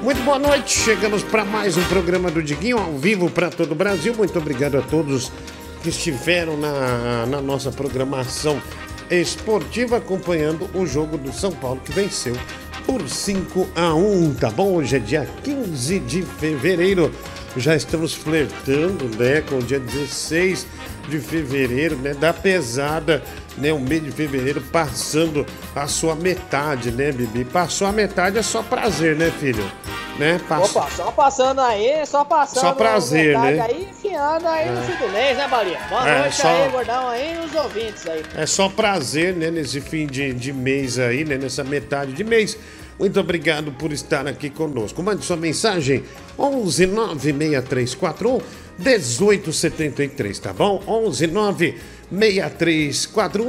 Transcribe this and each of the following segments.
Muito boa noite, chegamos para mais um programa do Diguinho, ao vivo para todo o Brasil. Muito obrigado a todos que estiveram na nossa programação esportiva, acompanhando o jogo do São Paulo, que venceu por 5-1, tá bom? Hoje é dia 15 de fevereiro, já estamos flertando, né, com o dia 16 de fevereiro, né, da pesada, né, o mês de fevereiro passando a sua metade, né, Bibi? Passou a metade, é só prazer, né, filho? Né? Opa, só passando aí, só passando. Só prazer, né? Aí, enfiando aí no fim do mês, né, Balinha? Boa noite só... aí, gordão, aí, os ouvintes aí. É só prazer, né, nesse fim de mês aí, né, nessa metade de mês. Muito obrigado por estar aqui conosco. Mande sua mensagem, 11 96341 1873, tá bom? 11 96341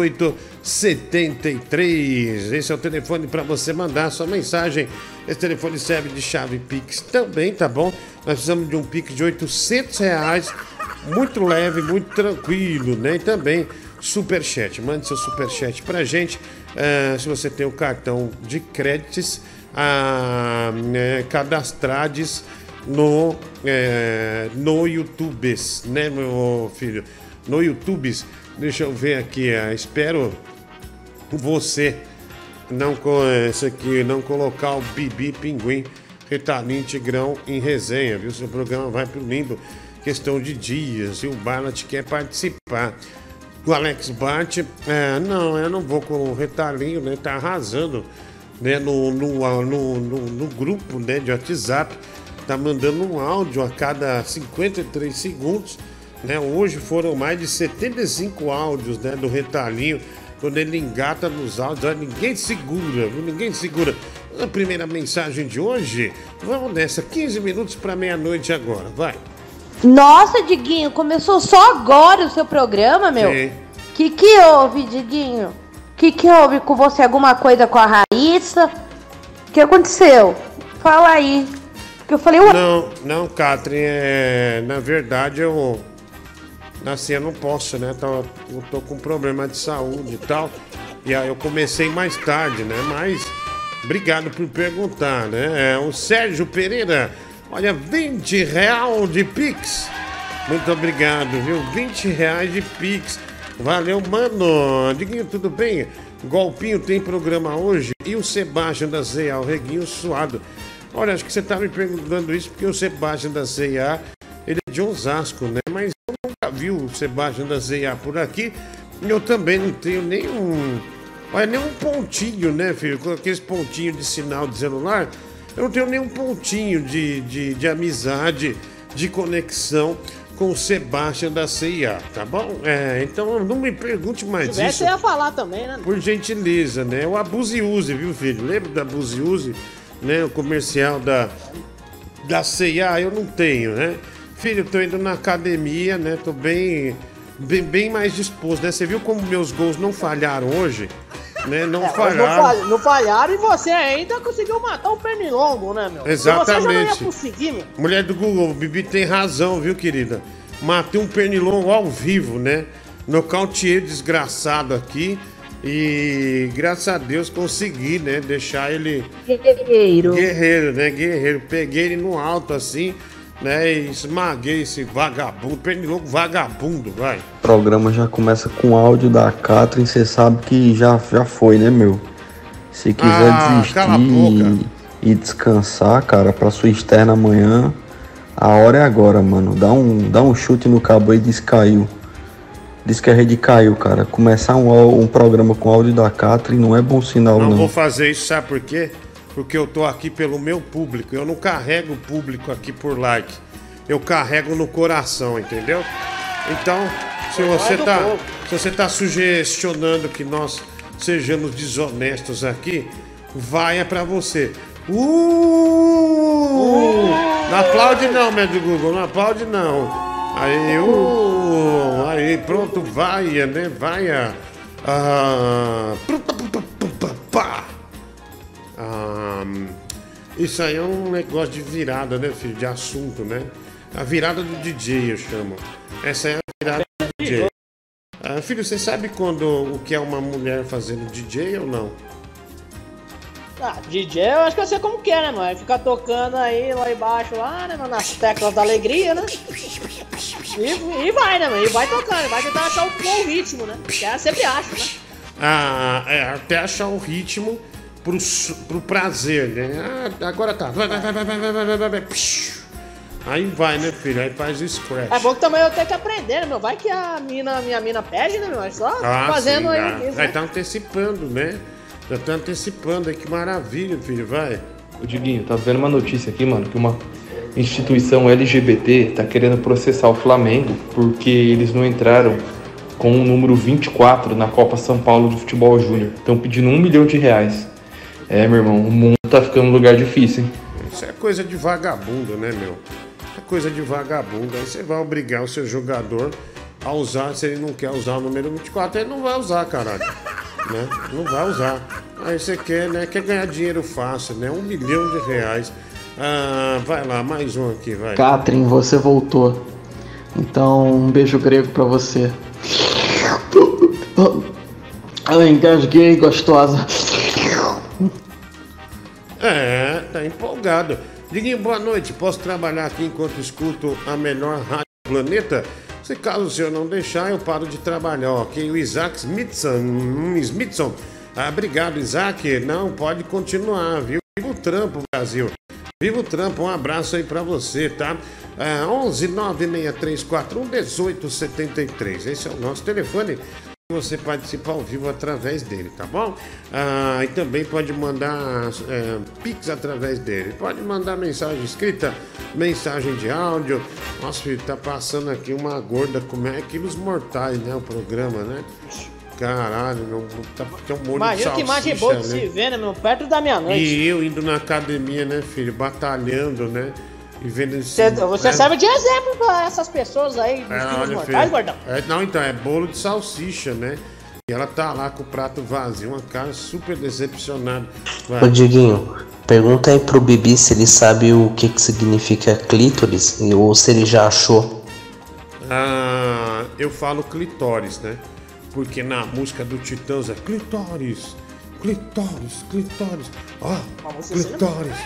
1873. Esse é o telefone para você mandar sua mensagem. Esse telefone serve de chave Pix também, tá bom? Nós precisamos de um Pix de R$800, muito leve, muito tranquilo, né? E também Superchat. Mande seu Superchat pra gente. Se você tem o cartão de créditos, cadastrades no YouTube, né, meu filho? No YouTube, deixa eu ver aqui, espero você não colocar o Bibi Pinguim, Ritalim Tigrão em resenha, viu? Seu programa vai pro limbo, questão de dias, e o Barlat quer participar. O Alex Bart, não, eu não vou com o Retalinho, né? Tá arrasando, né? No grupo, né, de WhatsApp, tá mandando um áudio a cada 53 segundos, né? Hoje foram mais de 75 áudios, né, do Retalinho. Quando ele engata nos áudios, ninguém segura, viu? Ninguém segura. A primeira mensagem de hoje, vamos nessa, 15 minutos para meia-noite agora, vai. Nossa, Diguinho, começou só agora o seu programa, meu? Sim. Que houve, Diguinho? Que houve com você? Alguma coisa com a Raíssa? O que aconteceu? Fala aí. Porque eu falei... Não, Catherine, na verdade eu não posso, né? Eu tô com problema de saúde e tal. E aí eu comecei mais tarde, né? Mas obrigado por perguntar, né? O Sérgio Pereira... Olha, R$20 de Pix. Muito obrigado, viu? R$20 de Pix. Valeu, mano. Diguinho, tudo bem? Golpinho tem programa hoje. E o Sebastião da CA, o Reguinho suado. Olha, acho que você tá me perguntando isso porque o Sebastião da CA, ele é de Osasco, né? Mas eu nunca vi o Sebastião da CA por aqui. E eu também não tenho nenhum pontinho, né, filho? Com aqueles pontinhos de sinal de celular. Eu não tenho nenhum pontinho de amizade, de conexão com o Sebastião da CIA, tá bom? Então não me pergunte mais isso. Você ia falar também, né? Por gentileza, né? O Abuse Use, viu, filho? Lembra da Abuse Use? Né? O comercial da CIA, eu não tenho, né? Filho, eu tô indo na academia, né? Tô bem mais disposto, né? Você viu como meus gols não falharam hoje? Né? Não falharam e você ainda conseguiu matar o pernilongo, né, meu? Exatamente. Você já não ia conseguir, meu. Mulher do Google, o Bibi tem razão, viu, querida? Matei um pernilongo ao vivo, né? Nocauteei desgraçado aqui e graças a Deus consegui, né? Deixar ele... Guerreiro, né? Guerreiro. Peguei ele no alto assim, né? E esmaguei esse vagabundo, pernilongo vagabundo, vai. O programa já começa com áudio da Catherine, você sabe que já foi, né, meu? Se quiser desistir e descansar, cara, pra sua externa amanhã, a hora é agora, mano. Dá um chute no cabo aí, diz que caiu. Diz que a rede caiu, cara. Começar um programa com áudio da Catherine não é bom sinal, não. Não vou fazer isso, sabe por quê? Porque eu tô aqui pelo meu público. Eu não carrego o público aqui por like. Eu carrego no coração, entendeu? Então, se você tá sugestionando que nós sejamos desonestos aqui, vai pra você. Não aplaude não, médio Google. Não aplaude não. Aí, aí, pronto, vai, né? Vai. Isso aí é um negócio de virada, né, filho? De assunto, né? A virada do DJ, eu chamo. Essa é a virada do DJ. Filho, você sabe o que é uma mulher fazendo DJ ou não? Ah, DJ eu acho que eu sei como que é, né, mano? Vai ficar tocando aí lá embaixo, lá, né, mano? Nas teclas da alegria, né? E vai, né, mano? E vai tocando, vai tentar achar o ritmo, né? Que ela sempre acha, né? Até achar o ritmo pro prazer, né? Agora tá. Vai. Aí vai, né, filho? Aí faz o scratch. É bom que também eu tenho que aprender, né, meu? Vai que minha mina pede, né, meu? É só fazendo sim, aí mesmo. mesmo. Aí tá antecipando, né? Já tá antecipando aí, que maravilha, filho, vai. Ô Diguinho, tá vendo uma notícia aqui, mano, que uma instituição LGBT tá querendo processar o Flamengo porque eles não entraram com o número 24 na Copa São Paulo de Futebol Júnior. Estão pedindo R$1 milhão. É, meu irmão, o mundo tá ficando um lugar difícil, hein? Isso é coisa de vagabundo, né, meu? É coisa de vagabundo. Aí você vai obrigar o seu jogador a usar, se ele não quer usar o número 24, ele não vai usar, caralho. Né? Não vai usar. Aí você quer, né? Quer ganhar dinheiro fácil, né? R$1 milhão. Vai lá, mais um aqui, vai. Catherine, você voltou. Então, um beijo grego pra você. Ela engasguei, gostosa. Tá empolgado. Diguinho, boa noite. Posso trabalhar aqui enquanto escuto a melhor rádio do planeta? Se caso o senhor não deixar, eu paro de trabalhar, ok? O Isaac Smithson. Obrigado, Isaac. Não, pode continuar, viu? Viva o trampo, Brasil. Viva o trampo. Um abraço aí pra você, tá? 11 96341 1873. Esse é o nosso telefone. Você participa ao vivo através dele, tá bom? E também pode mandar pix através dele. Pode mandar mensagem escrita, mensagem de áudio. Nossa, filho, tá passando aqui uma gorda como é quilos mortais, né? O programa, né? Caralho, meu, tá um molho de salsicha, que imagem boa de né? se ver, né, meu? Perto da meia-noite. E eu indo na academia, né, filho? Batalhando, né? E vendo Você serve de exemplo pra essas pessoas aí dos quilos mortais, gordão. Não, então, é bolo de salsicha, né? E ela tá lá com o prato vazio, uma cara super decepcionada. Ô Diguinho, pergunta aí pro Bibi se ele sabe o que significa clítoris ou se ele já achou. Eu falo clitóris, né? Porque na música do Titãs é clitóris, clitóris, clitóris. Clitóris.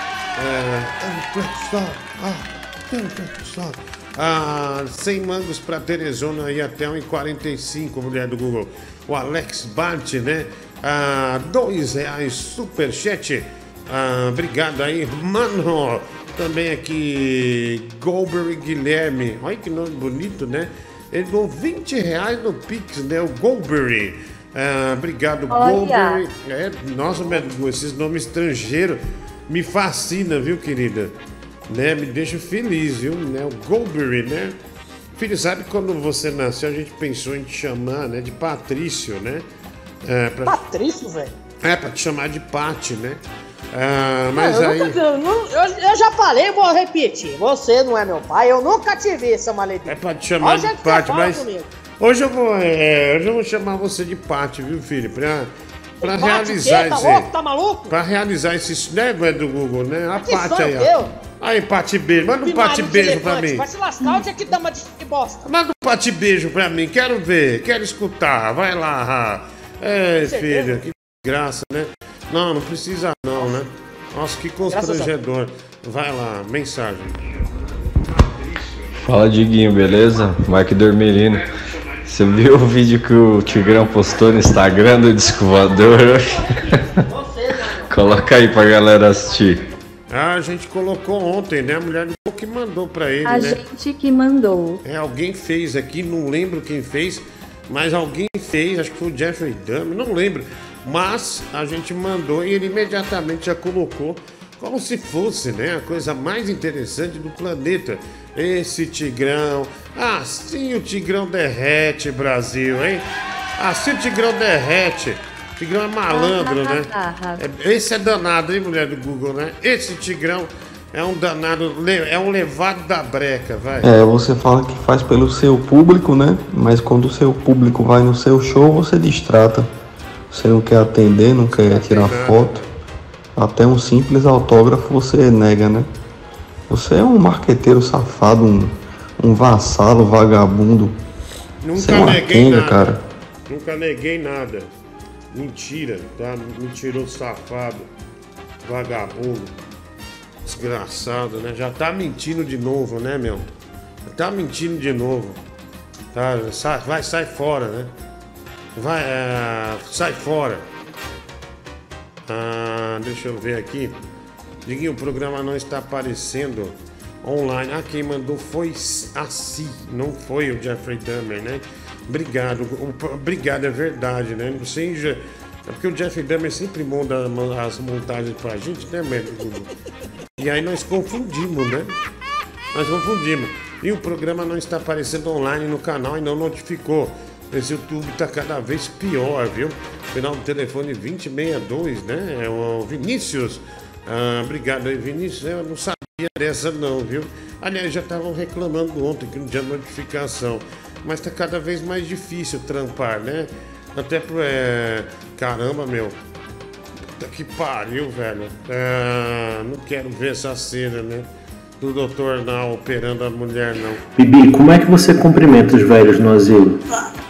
Flexor. 100 mangos pra Teresona e até 1,45, mulher do Google. O Alex Bart, né? R$2 superchat. Obrigado aí, mano. Também aqui, Goldberry Guilherme. Olha que nome bonito, né? Ele deu R$20 no Pix, né? O Goldberry. Obrigado, Goldberry. Nossa, esses nomes estrangeiros me fascina, viu, querida? Né? Me deixa feliz, viu? Né? O Goldberry, né? Filho, sabe quando você nasceu, a gente pensou em te chamar, né? De Patrício, né? Patrício, velho? Pra te chamar de Pati, né? Mas aí... Eu já falei, vou repetir. Você não é meu pai, eu nunca te vi, essa maledita. É pra te chamar de Pati, mas... Hoje eu vou chamar você de Pati, viu, filho? Pra realizar esse... Tá louco? Tá maluco? Pra realizar esse negócio do Google, né? A Pati aí, ó. Aí, Pati beijo. Manda um Pati beijo pra mim. Vai se lascar, onde é que dama de bosta? Manda um Pati beijo pra mim. Quero ver, quero escutar. Vai lá, filho, que graça, né? Não precisa não, né? Nossa, que constrangedor. Vai lá, mensagem. Fala, Diguinho, beleza? Mike Dormelino. Você viu o vídeo que o Tigrão postou no Instagram do Disco Voador? Coloca aí pra galera assistir. A gente colocou ontem, né? A mulher que mandou pra ele, né? Gente que mandou. Alguém fez aqui, não lembro quem fez, mas alguém fez, acho que foi o Jeffrey Dahmer, não lembro. Mas a gente mandou e ele imediatamente já colocou como se fosse, né, a coisa mais interessante do planeta. Esse Tigrão. Sim, o Tigrão derrete, Brasil, hein? Sim, o Tigrão derrete. O Tigrão é malandro, né? Esse é danado, hein, mulher do Google, né? Esse Tigrão é um danado, é um levado da breca, vai. Você fala que faz pelo seu público, né? Mas quando o seu público vai no seu show, você distrata. Você não quer atender, não quer tirar foto. Até um simples autógrafo você nega, né? Você é um marqueteiro safado, um vassalo, vagabundo. Nunca neguei quenga, nada. Cara. Nunca neguei nada. Mentira, tá? Mentiroso, safado, vagabundo, desgraçado, né? Já tá mentindo de novo, né, meu? Já tá mentindo de novo. Tá? Sai fora, né? Vai, sai fora. Deixa eu ver aqui. Diguinho, o programa não está aparecendo online. Quem mandou foi a Si, não foi o Jeffrey Dahmer, né? Obrigado, obrigado, é verdade, né? Não seja. É porque o Jeffrey Dahmer sempre monta as montagens pra gente, né, Dudu? E aí nós confundimos, né? Nós confundimos. E o programa não está aparecendo online no canal e não notificou. Esse YouTube tá cada vez pior, viu? Final do telefone 2062, né? É o Vinícius. Obrigado aí, Vinícius. Eu não sabia dessa não, viu? Aliás, já estavam reclamando ontem que não tinha notificação. Mas tá cada vez mais difícil trampar, né? Até pro... Caramba, meu. Puta que pariu, velho. Não quero ver essa cena, né? Do doutor não operando a mulher, não. Bibi, como é que você cumprimenta os velhos no asilo?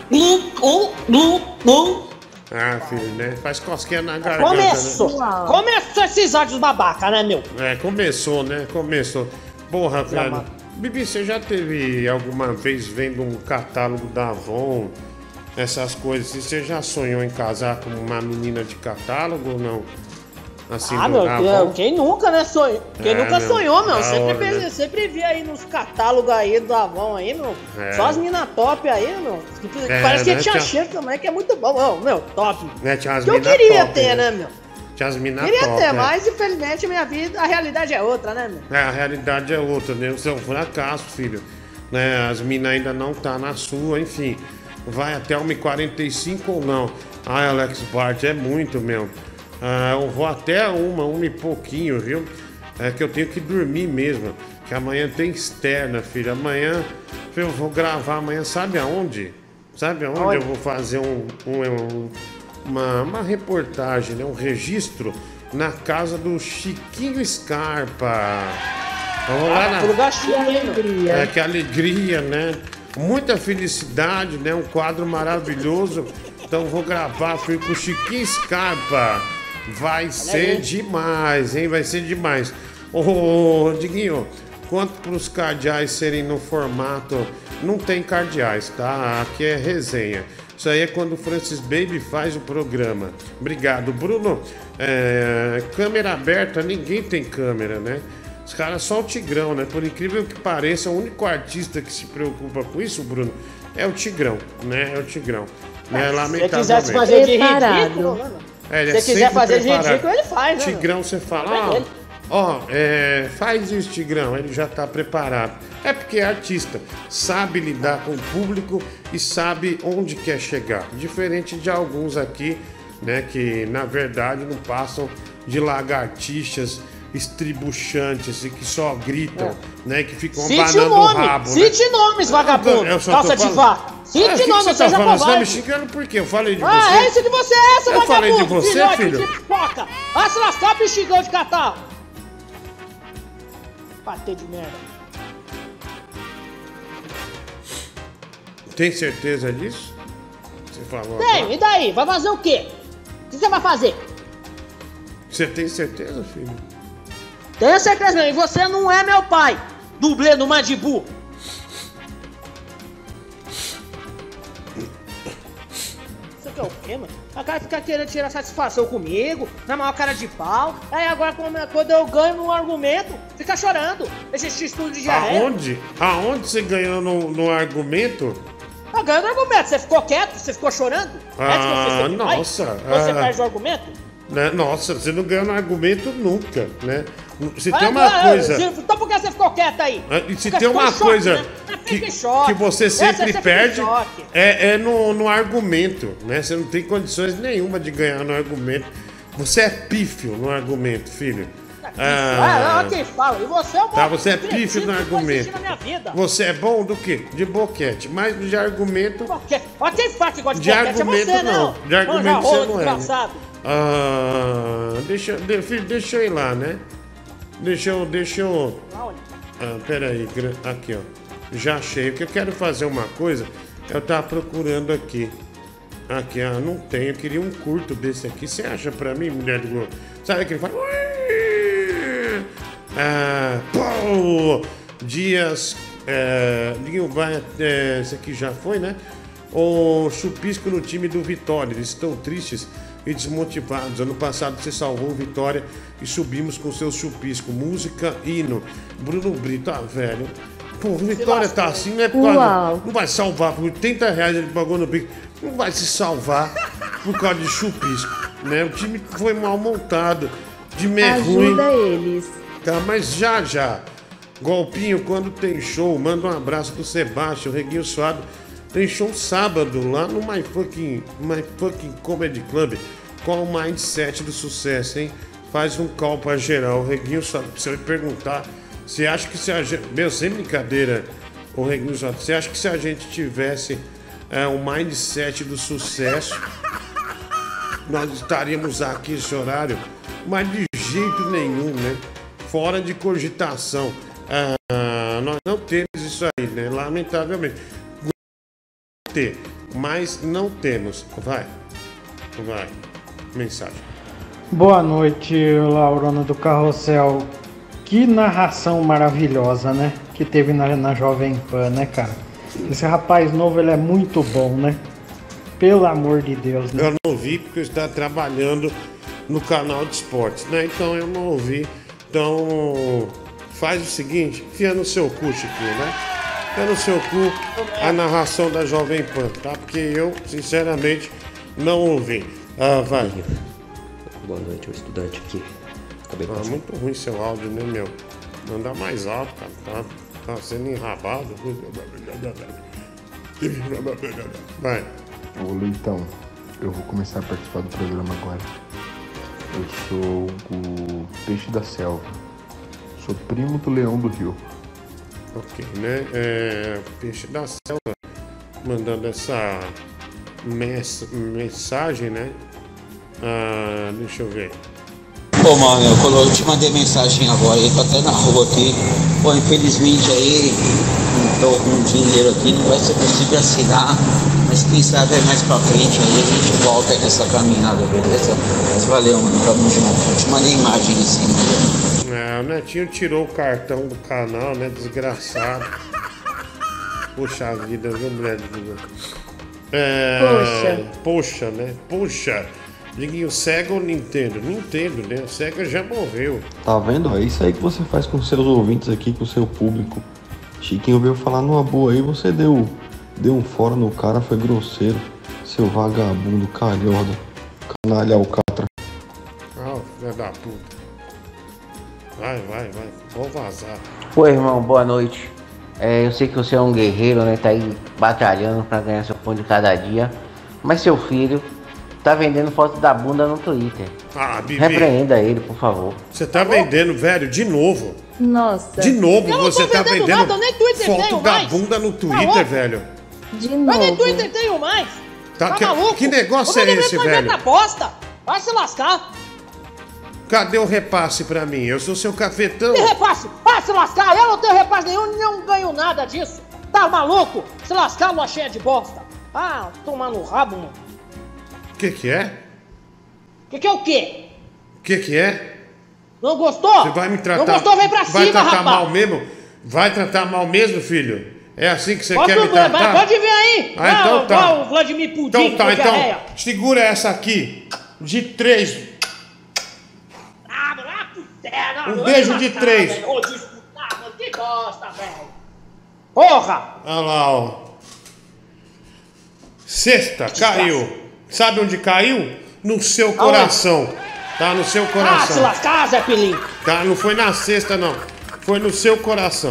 Filho, né? Faz cosquinha na garganta. Começou! Né? Começou esses áudios babaca, né, meu? Começou, né? Começou. Porra, velho. Bibi, você já teve alguma vez vendo um catálogo da Avon? Essas coisas. Você já sonhou em casar com uma menina de catálogo ou não? Assim, meu, quem nunca, né? Quem nunca sonhou, meu? Sempre vi aí nos catálogos aí do Avon aí, meu. Só as minas top aí, meu. Parece que tinha cheiro também, que é muito bom, meu. Top. Que eu queria ter, né, meu? Tinha as minas queria top, ter, mas infelizmente minha vida, a realidade é outra, né, meu? A realidade é outra, né? Você é um fracasso, filho. Né? As minas ainda não tá na sua, enfim. Vai até 1h45 ou não? Alex Bart, é muito, meu. Eu vou até uma e pouquinho, viu? É que eu tenho que dormir mesmo. Que amanhã tem externa, filho. Amanhã eu vou gravar amanhã, sabe aonde? Sabe aonde eu vou fazer uma reportagem, né? Um registro na casa do Chiquinho Scarpa. Vamos lá que alegria. Que alegria, né? Muita felicidade, né? Um quadro maravilhoso. Então vou gravar, filho, com o Chiquinho Scarpa. Vai ser demais, hein? Vai ser demais. Ô, Diguinho, quanto para os cardeais serem no formato... Não tem cardeais, tá? Aqui é resenha. Isso aí é quando o Francis Baby faz o programa. Obrigado, Bruno. Câmera aberta, ninguém tem câmera, né? Os caras só o Tigrão, né? Por incrível que pareça, o único artista que se preocupa com isso, Bruno, é o Tigrão, né? É o Tigrão. Né? Lamentavelmente. Se quisesse fazer de ridículo, mano. Se quiser fazer de ridículo, ele faz, né? Tigrão, você fala, faz isso, Tigrão, ele já tá preparado. É porque é artista, sabe lidar com o público e sabe onde quer chegar. Diferente de alguns aqui, né, que na verdade não passam de lagartixas estribuchantes e que só gritam, né, que ficam abanando o rabo. Cite nomes, vagabundo, calça de vaca. Cite nomes, você já falando. Você tá me xingando por quê? Eu falei de você. É isso que você é, seu vagabundo. Eu falei de você, filho. Vai se lascar, bexigão de catar. Bater de merda. Tem certeza disso? Você falou. Tem, e daí? Vai fazer o quê? O que você vai fazer? Você tem certeza, filho? Tenho certeza não, e você não é meu pai, dublê do Madibu. Isso aqui é o quê, mano? A cara fica querendo tirar satisfação comigo, na maior cara de pau. Aí agora quando eu ganho um argumento, fica chorando. Esse estudo de diarreia. Aonde você ganhou no argumento? Eu ganho no argumento, você ficou quieto, você ficou chorando? Nossa. Você perde o argumento? Né? Nossa, você não ganha no argumento nunca, né? Se tem uma coisa... Então por que você ficou quieto aí? E se tem uma coisa que você sempre perde, é no argumento, né? Você não tem condições nenhuma de ganhar no argumento. Você é pífio no argumento, filho. Quem fala? E você é bom. Tá, você é pífio no argumento. Você é bom do quê? De boquete. Mas de argumento... Olha quem fala que gosta de boquete, é você, não. De argumento você não é. Deixa eu ir lá, né? Deixa eu... peraí, aqui, ó. Já achei. O que eu quero fazer uma coisa, eu tava procurando aqui. Aqui, não tenho. Eu queria um curto desse aqui. Você acha pra mim, mulher do Globo? Sabe aquele que fala... Pô, Dias... vai... esse aqui já foi, né? O chupisco no time do Vitória. Eles estão tristes e desmotivados. Ano passado você salvou o Vitória e subimos com seu chupisco. Música, hino. Bruno Brito, velho. Pô, o Vitória tá assim, né? Não vai salvar. Por R$80 ele pagou no Pix. Não vai se salvar por causa de chupisco, né? O time foi mal montado. De ruim. Ajuda eles. Tá, mas já. Golpinho, quando tem show, manda um abraço pro Sebastião, Reguinho Suado. Tem show sábado lá no My Fucking Comedy Club. Qual o mindset do sucesso, hein? Faz um call pra geral. Reguinho Suado, você vai perguntar. Você acha que se a gente... Meu, sem brincadeira, o Reguinho Suado, você acha que se a gente tivesse o mindset do sucesso, nós estaríamos aqui esse horário? Mas de jeito nenhum, né? Fora de cogitação. Nós não temos isso aí, né? Lamentavelmente. Mas não temos. Vai. Mensagem. Boa noite, Laurona do Carrossel. Que narração maravilhosa, né? Que teve na Jovem Pan, né, cara? Esse rapaz novo, ele é muito bom, né? Pelo amor de Deus, né? Eu não ouvi porque eu estava trabalhando no canal de esportes, né? Então eu não ouvi. Então faz o seguinte, enfia no seu cu, Chiquinho, né? Enfia no seu cu a narração da Jovem Pan, tá? Porque eu, sinceramente, não ouvi. Vai. Boa noite, o estudante aqui. Acabei passando. Muito ruim seu áudio, né, meu? Manda mais alto, cara. Tá sendo enrabado. Vai. Ô, Leitão, eu vou começar a participar do programa agora. Eu sou o Peixe da Selva. Sou primo do Leão do Rio. Ok, né? Peixe da Selva mandando essa mensagem, né? Deixa eu ver. Pô, mano, eu te mandei mensagem agora, eu tô até na rua aqui. Pô, infelizmente aí, não tô com dinheiro aqui, não vai ser possível assinar. Mas quem sabe mais pra frente aí a gente volta aí nessa caminhada, beleza? Mas valeu, mano, tamo junto. Eu te mandei imagem em cima. O Netinho tirou o cartão do canal, né? Desgraçado. Poxa vida, viu, mulher? Poxa, né? Poxa. Diguinho, Sega ou Nintendo? Nintendo, né? O Sega já morreu. Tá vendo? É isso aí que você faz com seus ouvintes aqui, com o seu público. Chiquinho veio falar numa boa aí, você deu um fora no cara, foi grosseiro. Seu vagabundo, calhorda, canalha alcatra. Filha da puta. Vai. Vou vazar. Oi, irmão, boa noite. Eu sei que você é um guerreiro, né? Tá aí batalhando pra ganhar seu pão de cada dia. Mas seu filho tá vendendo foto da bunda no Twitter. Bibi. Repreenda ele, por favor. Você tá vendendo, velho, de novo. Nossa. De novo você tá vendendo nada, nem Twitter foto tenho da mais. bunda no Twitter, velho. De novo. Eu nem Twitter tenho mais. Tá maluco? Que negócio é esse, velho? Bosta. Vai se lascar. Cadê o repasse pra mim? Eu sou seu cafetão. Que repasse? Vai se lascar. Eu não tenho repasse nenhum, não ganho nada disso. Tá maluco? Se lascar, lua cheia de bosta. Tomar no rabo, mano. Que é? Que é o quê? Que é? Não gostou? Você vai me tratar... Não gostou, vem pra cima, Vai tratar rapaz. mal mesmo? Vai tratar mal mesmo, filho? É assim que você Pode quer me tratar? Pode vir aí. Então tá. O Vladimir Pudim. Então segura essa aqui. De 3. Um beijo de 3. Ô, disputado, que bosta, velho. Porra! Olha lá, ó. Sexta, caiu. Sabe onde caiu? No seu coração. Tá no seu coração. Se lascar, Zé Pilim. Tá, não foi na sexta, não. Foi no seu coração.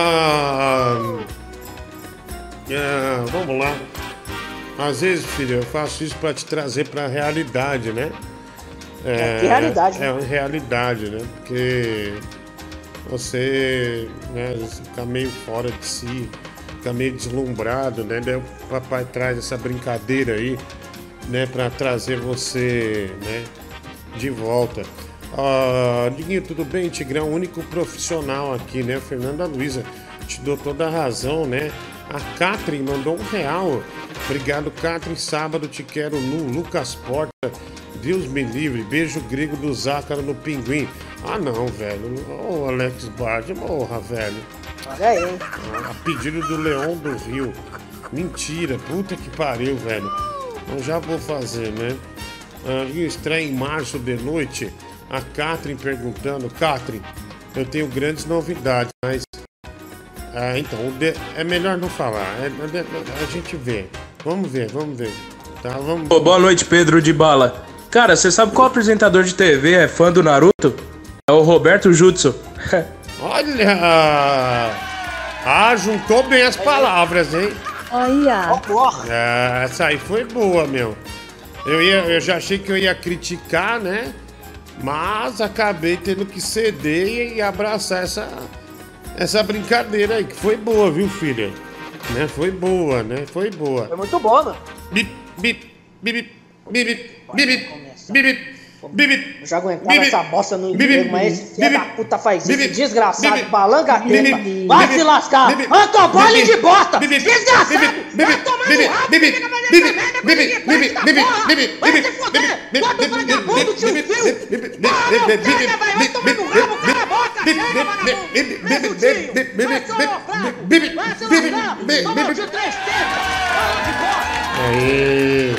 Vamos lá. Às vezes, filho, eu faço isso pra te trazer pra realidade, né? Que realidade, né? É uma realidade, né? Porque você, né, fica meio fora de si, fica meio deslumbrado, né? Daí o papai traz essa brincadeira aí, né? Pra trazer você, né? De volta. Diguinho, tudo bem? Tigrão, único profissional aqui, né? Fernanda Luiza, te dou toda a razão, né? A Catherine mandou R$1. Obrigado, Catrin. Sábado te quero nu. Lucas Porta. Deus me livre. Beijo grego do Zácaro no Pinguim. Ah, não, velho. Ô, Alex Bard, morra, velho. Olha aí. A pedido do Leão do Rio. Mentira. Puta que pariu, velho. Eu já vou fazer, né? Estreia em março de noite. A Catrin perguntando. Catrin, eu tenho grandes novidades, mas... então, é melhor não falar. A gente vê. Vamos ver. Tá, vamos... Boa noite, Pedro de Bala. Cara, você sabe qual apresentador de TV é fã do Naruto? É o Roberto Jutsu. Olha! Juntou bem as palavras, hein? Olha. Essa aí foi boa, meu. Eu já achei que eu ia criticar, né? Mas acabei tendo que ceder e abraçar essa brincadeira aí, que foi boa, viu, filha? Né? Foi boa, né? Foi boa. Foi muito boa, mano. Bip, bip, bip, bip, bip, bip. Eu já aguentava essa bosta no emprego, mas esse filho da puta faz isso, desgraçado, balanga treta, vai se lascar, anda baile de bosta, desgraçado, vai tomar no rabo, fica fazendo essa merda, vai se fuder, bota o vagabundo, tio Fio, vai tomar no rabo, cala a boca, chega, vagabundo, vai se lascar, tomou de 3 tetas, de bosta. Aí.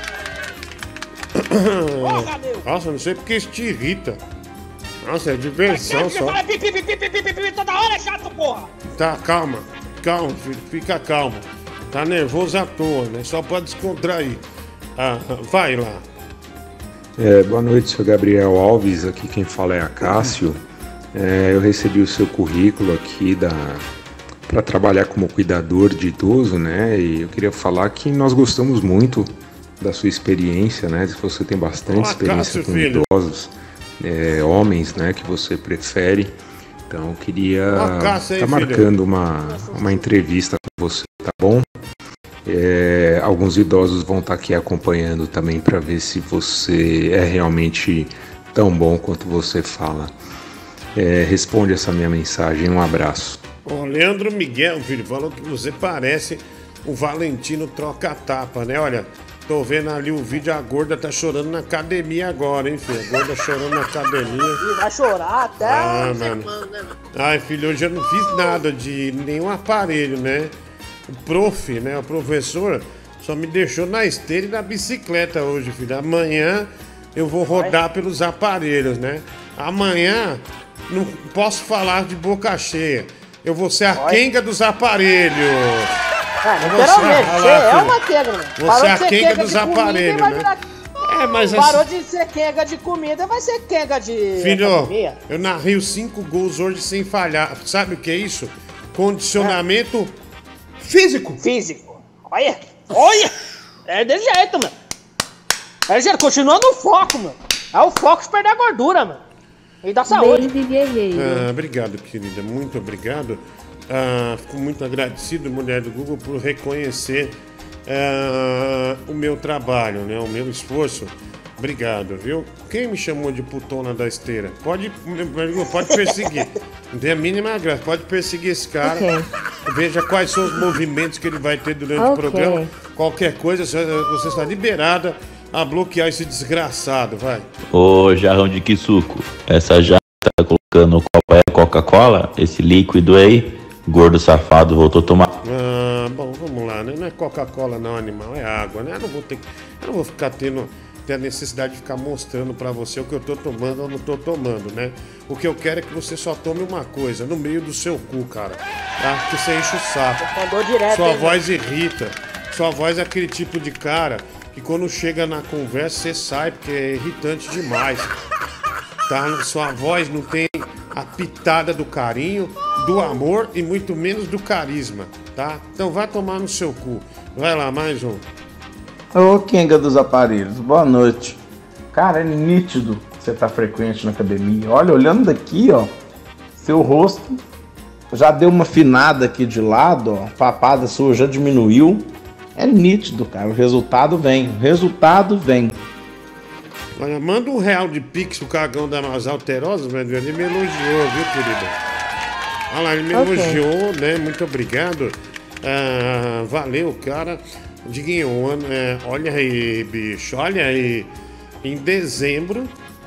Nossa, não sei porque isso te irrita. Nossa, é diversão só. Fala pi, toda hora é chato, porra. Tá, calma, filho, fica calmo. Tá nervoso à toa, né? Só pra descontrair. Vai lá. Boa noite, sou Gabriel Alves, aqui quem fala é a Cássio. Eu recebi o seu currículo aqui para trabalhar como cuidador de idoso, né? E eu queria falar que nós gostamos muito da sua experiência, né? Se você tem bastante experiência com idosos, homens, né? Que você prefere. Então eu queria estar marcando uma entrevista com você, tá bom? Alguns idosos vão estar aqui acompanhando também para ver se você é realmente tão bom quanto você fala. Responde essa minha mensagem. Um abraço. O Leandro Miguel, filho, falou que você parece o Valentino Troca-Tapa, né? Olha, tô vendo ali o vídeo, a gorda tá chorando na academia agora, hein, filho? A gorda chorando na academia. Ih, vai chorar até mano. Ai, filho, hoje eu não fiz nada de nenhum aparelho, né? O prof, né? O professor só me deixou na esteira e na bicicleta hoje, filho. Amanhã eu vou rodar pelos aparelhos, né? Amanhã não posso falar de boca cheia. Eu vou ser a quenga dos aparelhos. Literalmente, você é uma quenga, mano. Você é a quenga dos aparelhos, né? Mas parou de ser quenga de comida, vai ser quenga de filho, academia. Eu narrei os 5 gols hoje sem falhar. Sabe o que é isso? Condicionamento físico. Olha! É desse jeito, mano. Continua no foco, mano. É o foco de perder a gordura, mano. E da saúde. Obrigado, querida. Muito obrigado. Fico muito agradecido, mulher do Google, por reconhecer o meu trabalho, né? O meu esforço. Obrigado, viu? Quem me chamou de putona da esteira? Pode perseguir. Não tem a mínima graça. Pode perseguir esse cara. Veja quais são os movimentos que ele vai ter durante o programa. Qualquer coisa, você está liberada a bloquear esse desgraçado, vai. Ô, jarrão de que suco? Essa jarra tá colocando no copo é Coca-Cola? Esse líquido aí? Gordo safado voltou a tomar. Bom, vamos lá, né? Não é Coca-Cola não, animal, é água, né? Eu não vou ficar tendo a necessidade de ficar mostrando pra você o que eu tô tomando ou não tô tomando, né? O que eu quero é que você só tome uma coisa, no meio do seu cu, cara. Tá? Que você enche o saco. Sua voz irrita. Sua voz é aquele tipo de cara que quando chega na conversa você sai, porque é irritante demais. Tá? Sua voz não tem a pitada do carinho, do amor e muito menos do carisma, tá? Então vai tomar no seu cu. Vai lá, mais um. Ô, Kenga dos aparelhos, boa noite. Cara, é nítido que você tá frequente na academia. Olha, olhando daqui, ó, seu rosto já deu uma afinada aqui de lado, ó, a papada sua já diminuiu. É nítido, cara, o resultado vem. Olha, manda R$1 de pix pro cagão da mais alterosa, velho. Ele me elogiou, viu, querida? Olha lá, ele me elogiou, né? Muito obrigado. Valeu, cara. Diguinho, olha aí, bicho, olha aí. Em dezembro.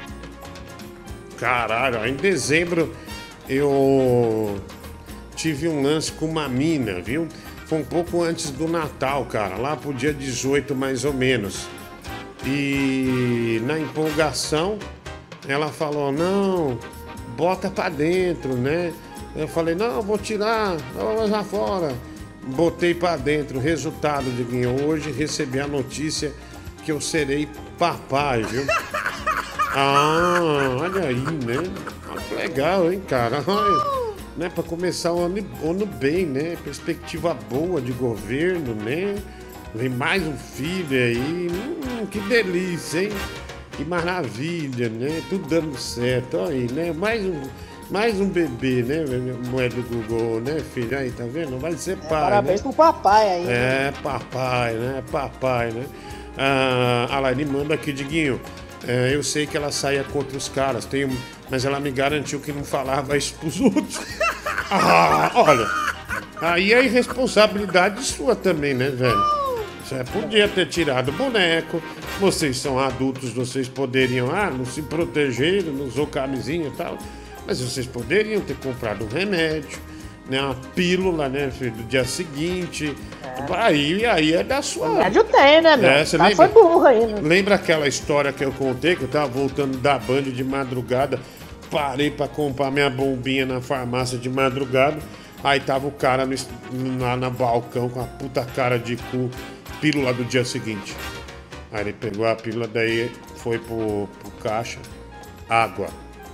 Caralho, em dezembro eu tive um lance com uma mina, viu? Foi um pouco antes do Natal, cara, lá pro dia 18 mais ou menos. E na empolgação, ela falou, não, bota pra dentro, né? Eu falei, não, vou tirar, vou usar fora. Botei pra dentro, resultado, Diguinho, hoje recebi a notícia que eu serei papai, viu? Ah, olha aí, né? Ah, legal, hein, cara? Né, pra começar o ano bem, né? Perspectiva boa de governo, né? Vem mais um filho aí. Que delícia, hein? Que maravilha, né? Tudo dando certo. Olha aí, né? Mais um bebê, né? Moeda do Google, né, filho? Aí, tá vendo? Vai ser pai, Parabéns né? pro papai aí. É, papai, né? Papai, né? Ah, lá, ele manda aqui, Diguinho. Eu sei que ela saia contra os caras, mas ela me garantiu que não falava isso pros outros. Ah, olha, aí é irresponsabilidade sua também, né, velho? Você podia ter tirado o boneco, vocês são adultos, vocês poderiam, não se proteger, não usou camisinha e tal, mas vocês poderiam ter comprado um remédio, né, uma pílula, né, filho, do dia seguinte. Aí é da sua. O médio tem, né, meu? Você Foi burro aí, né? Lembra aquela história que eu contei, que eu tava voltando da Band de madrugada, parei pra comprar minha bombinha na farmácia de madrugada, aí tava o cara lá no balcão com a puta cara de cu, pílula do dia seguinte. Aí ele pegou a pílula, daí foi pro caixa, água,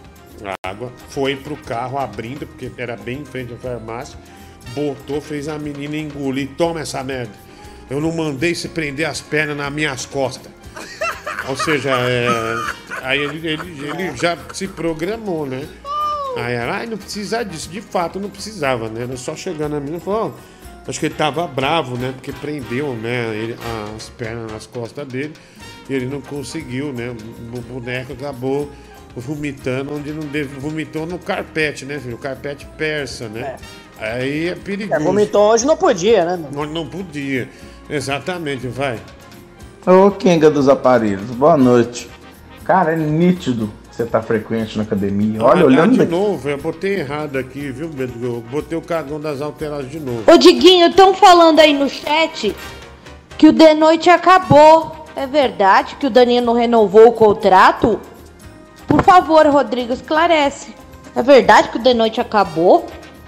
foi pro carro abrindo, porque era bem em frente à farmácia, botou, fez a menina engolir, toma essa merda. Eu não mandei se prender as pernas nas minhas costas. Ou seja, aí ele já se programou, né? Aí ela, não precisa disso. De fato, não precisava, né? Era só chegar na menina e falou, acho que ele tava bravo, né? Porque prendeu, né, as pernas nas costas dele e ele não conseguiu, né? O boneco acabou vomitando onde não deve. Vomitou no carpete, né, filho? O carpete persa, né? Aí é perigoso. Vomitou hoje não podia, né? Não podia. Exatamente, vai. Ô, Kenga dos aparelhos, boa noite. Cara, é nítido que você tá frequente na academia. Olha, olhando de daqui. novo, eu botei errado aqui, viu, Beto? Eu botei o cagão das alteradas de novo. Ô, Diguinho, estão falando aí no chat que o de noite acabou. É verdade que o Danilo não renovou o contrato? Por favor, Rodrigo, esclarece. É verdade que o de noite acabou?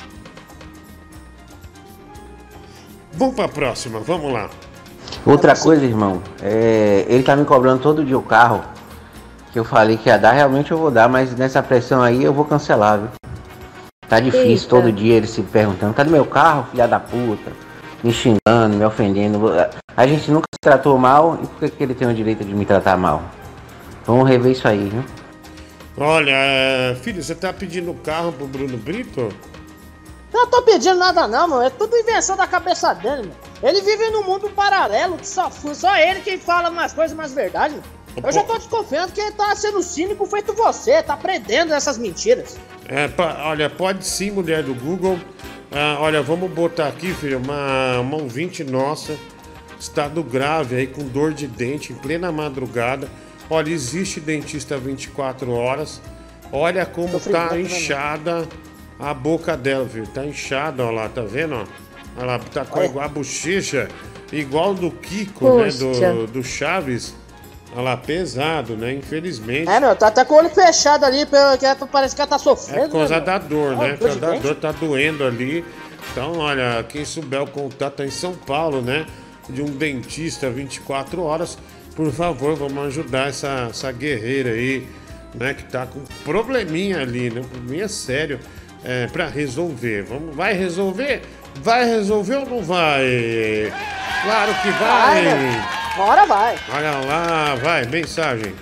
Vamos pra próxima, vamos lá. Outra coisa, irmão, ele tá me cobrando todo dia o carro, que eu falei que ia dar, realmente eu vou dar, mas nessa pressão aí eu vou cancelar, viu? Tá difícil. Eita. Todo dia ele se perguntando, cadê meu carro, filha da puta? Me xingando, me ofendendo. A gente nunca se tratou mal, e por que ele tem o direito de me tratar mal? Vamos rever isso aí, viu? Olha, filho, você tá pedindo carro pro Bruno Brito? Não tô pedindo nada não, mano. É tudo invenção da cabeça dele, mano. Ele vive num mundo paralelo que só ele quem fala umas coisas, mais verdade, mano. Eu já tô desconfiando que ele tá sendo cínico feito você, tá aprendendo essas mentiras. Olha, pode sim, mulher do Google. Olha, vamos botar aqui, filho, uma ouvinte nossa, estado grave aí, com dor de dente, em plena madrugada. Olha, existe dentista 24 horas. Olha como tá inchada a boca dela, viu? Tá inchada, olha lá, tá vendo? Ó? Olha lá, tá com a bochecha igual do Kiko, poxa, né? Do Chaves. Olha lá, pesado, né? Infelizmente. Meu, tá até com o olho fechado ali, parece que ela tá sofrendo. É por causa da dor, né? Por causa da dor, tá doendo ali. Então, olha, quem souber o contato tá em São Paulo, né? De um dentista 24 horas. Por favor, vamos ajudar essa guerreira aí, né? Que tá com um probleminha ali, né? Um probleminha sério. Pra resolver. Vai resolver? Vai resolver ou não vai? Claro que vai! Bora vai! Olha lá, vai, mensagem.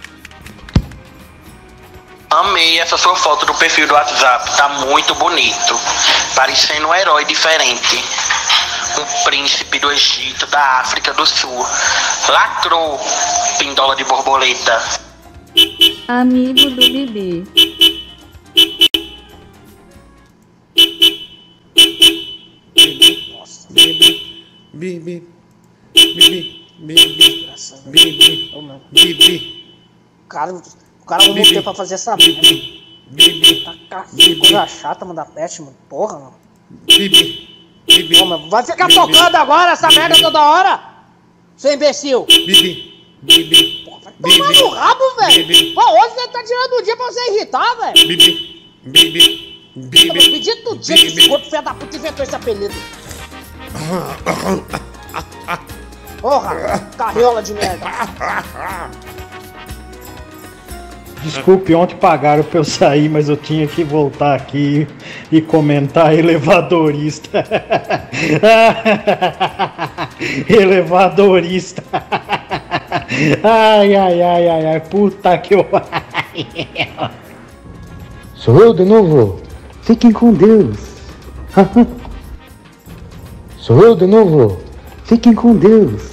Amei essa sua foto do perfil do WhatsApp, tá muito bonito. Parecendo um herói diferente. Um príncipe do Egito, da África do Sul. Lacrou, pindola de borboleta. Amigo do Bibi. Bibi. Bibi. O cara arrumou tempo pra fazer essa merda. Tá cacete, coisa chata, mano, da peste, mano. Porra, mano. Pô, mano, vai ficar tocando agora essa merda toda hora? Seu imbecil. Porra, vai tomar no rabo, velho. Pô, hoje você tá tirando o dia pra você irritar, velho. Bendito dia que esse gordo filho da puta inventou esse apelido. Porra, carriola de merda. Desculpe, ontem pagaram pra eu sair, mas eu tinha que voltar aqui e comentar elevadorista. Elevadorista. Ai, puta que eu... Sou eu de novo. Fiquem com Deus. Sou eu de novo. Fiquem com Deus.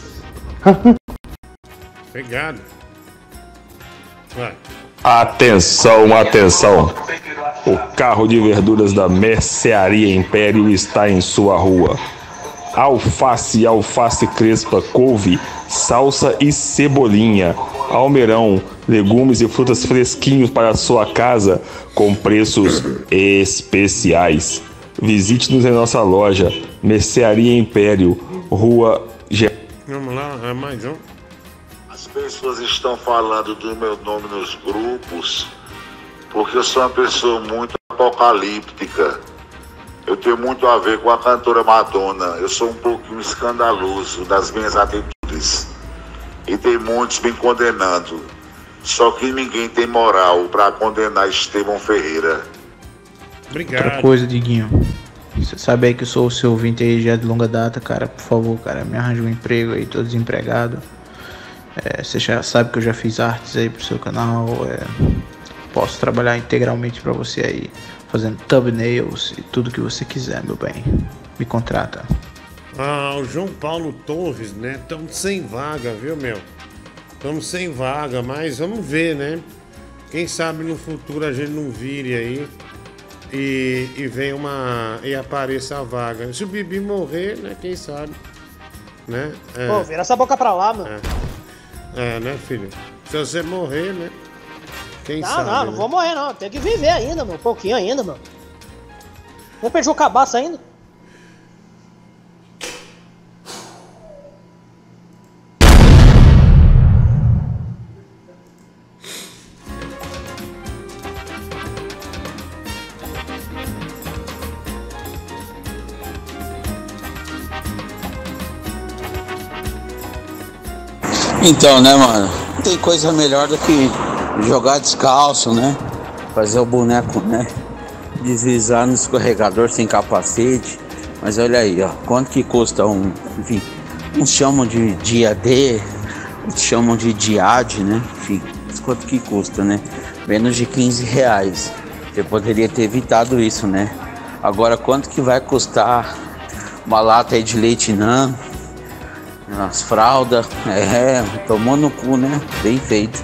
Obrigado. Vai. Atenção, atenção! O carro de verduras da Mercearia Império está em sua rua. Alface, alface crespa, couve, salsa e cebolinha, almeirão, legumes e frutas fresquinhos para a sua casa com preços especiais. Visite-nos em nossa loja, Mercearia Império, Rua Vamos lá, mais um. As pessoas estão falando do meu nome nos grupos porque eu sou uma pessoa muito apocalíptica. Eu tenho muito a ver com a cantora Madonna. Eu sou um pouquinho escandaloso das minhas atitudes. E tem muitos me condenando. Só que ninguém tem moral para condenar Estevão Ferreira. Obrigado. Outra coisa, Diguinho. Você sabe aí que eu sou o seu ouvinte aí já de longa data, cara. Por favor, cara, me arranje um emprego aí, tô desempregado. Você já sabe que eu já fiz artes aí pro seu canal. Posso trabalhar integralmente pra você aí, fazendo thumbnails e tudo que você quiser, meu bem. Me contrata. O João Paulo Torres, né? Estamos sem vaga, viu, meu? Estamos sem vaga, mas vamos ver, né? Quem sabe no futuro a gente não vire aí e venha e apareça a vaga. Se o Bibi morrer, né? Quem sabe, né? Pô, vira essa boca pra lá, mano. Né, filho? Se você morrer, né? Quem sabe? Não vou morrer, não. Tem que viver ainda, mano. Um pouquinho ainda, mano. Não perdi o cabaço ainda. Então, né, mano? Tem coisa melhor do que jogar descalço, né? Fazer o boneco, né? Deslizar no escorregador sem capacete. Mas olha aí, ó. Quanto que custa enfim, uns chamam de DIAD, outros chamam de DIAD, né? Enfim, quanto que custa, né? Menos de R$15. Você poderia ter evitado isso, né? Agora, quanto que vai custar uma lata aí de leite Nan? As fraldas, tomou no cu, né? Bem feito.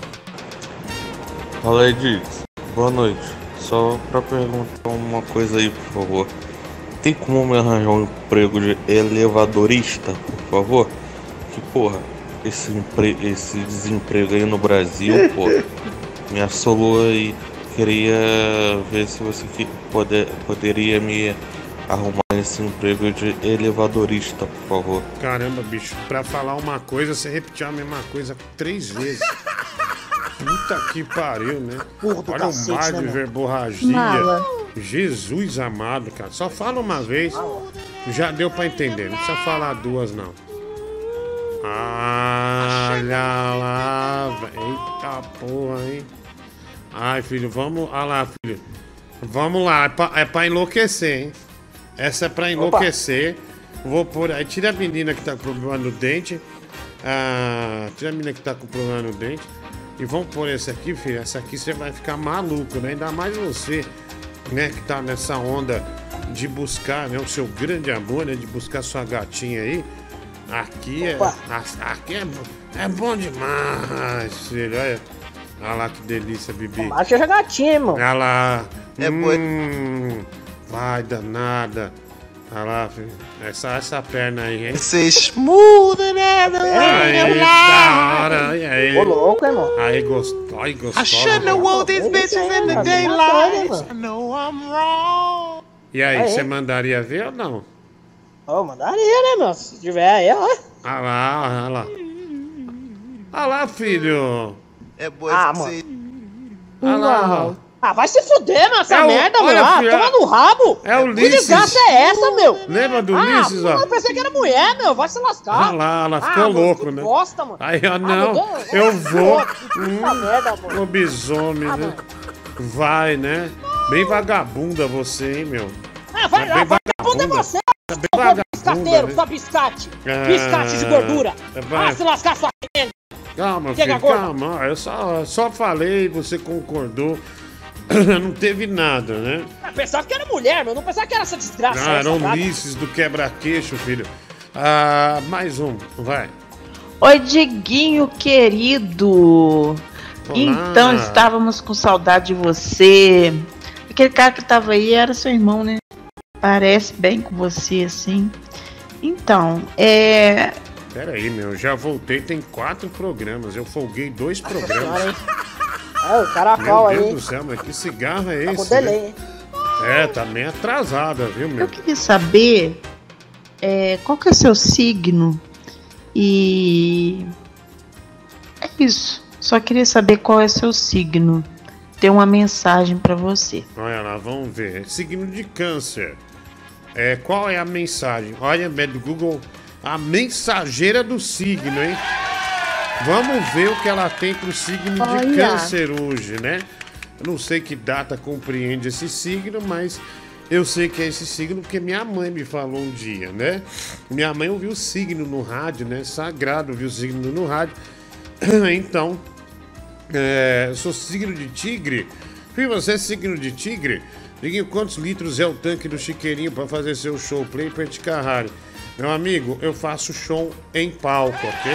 Fala aí, Dix. Boa noite. Só pra perguntar uma coisa aí, por favor. Tem como me arranjar um emprego de elevadorista, por favor? Que porra, esse desemprego aí no Brasil, pô, me assolou aí. Queria ver se você poderia me arrumar esse emprego de elevadorista, por favor. Caramba, bicho, pra falar uma coisa, você repetiu a mesma coisa 3 vezes. Puta que pariu, né? Olha o mar de verborragia. Mala. Jesus amado, cara. Só fala uma vez, já deu pra entender. Não precisa falar 2, não. Olha lá, eita porra, hein? Ai, filho, vamos... Olha lá, filho. Vamos lá, é pra enlouquecer, hein? Essa é pra enlouquecer. Vou pôr aí. Tira a menina que tá com problema no dente. Tira a menina que tá com problema no dente. E vamos pôr essa aqui, filho. Essa aqui você vai ficar maluco, né? Ainda mais você, né? Que tá nessa onda de buscar, né? O seu grande amor, né? De buscar sua gatinha aí. Aqui aqui é bom demais, filho. Olha lá que delícia, Bibi. Baixa a gatinha, irmão. Olha lá. Vai danada. Olha lá, filho. Essa perna aí, hein? Say smooth and Aí, da hora. E aí? Ô, louco, irmão. Aí, gostou. Aí, gostou. I shouldn't have woke these bitches in the daylight. I know I'm wrong. E aí, Aí. você mandaria ver ou não? Ô, mandaria, né, meu? Se tiver aí, ó. Olha lá, olha lá. Olha lá, filho. Mano. Olha lá, ó. Ah, vai se fuder, mano, essa É o- merda, olha, mano. Ah, filho, toma no rabo. é o Que Ulisses. desgraça é essa, meu? Lembra do Ulisses, ó? Eu pensei que era mulher, meu. Vai se lascar. Olha lá, ela ficou mano, louco, que né? bosta, mano. Aí, ó, não, meu Deus, eu vou. Puta merda, mano. Lobisomem, né? Vai, né? Bem vagabunda você, hein, meu? Vai lá, bem vai é você. Bem Seu vagabunda, biscateiro, né? sua biscate. Ah, Biscate de gordura. vai. Se lascar sua merda. Calma, Chega filho, agora. calma. Eu só falei, você concordou. Não teve nada, né? Eu pensava que era mulher, meu. Não pensava que era essa desgraça. Ah, era essa, o cara. Ulisses do quebra-queixo, filho. Mais um, vai. Oi, Diguinho querido. Então, estávamos com saudade de você. Aquele cara que tava aí era seu irmão, né? Parece bem com você, assim. Então, Pera aí, meu, já voltei, tem 4 programas. Eu folguei 2 programas. O caracol Meu Deus aí. do céu, mas que cigarro é Tá esse? com delay, né? hein? Tá meio atrasada, viu, meu? eu queria saber qual que é seu signo. E é isso. Só queria saber qual é seu signo. Tem uma mensagem pra você. Olha lá, vamos ver. Signo de câncer. Qual é a mensagem? Olha, do Google, a mensageira do signo, hein? Vamos ver o que ela tem pro signo de Olha. câncer hoje, né? Eu não sei que data compreende esse signo, mas eu sei que é esse signo porque minha mãe me falou um dia, né? Minha mãe ouviu o signo no rádio, né? Sagrado, ouviu o signo no rádio. Então, eu sou signo de tigre. Filho, você é signo de tigre? Diguinho, quantos litros é o tanque do Chiqueirinho para fazer seu show? Play Pet Carrari. Meu amigo, eu faço show em palco, ok?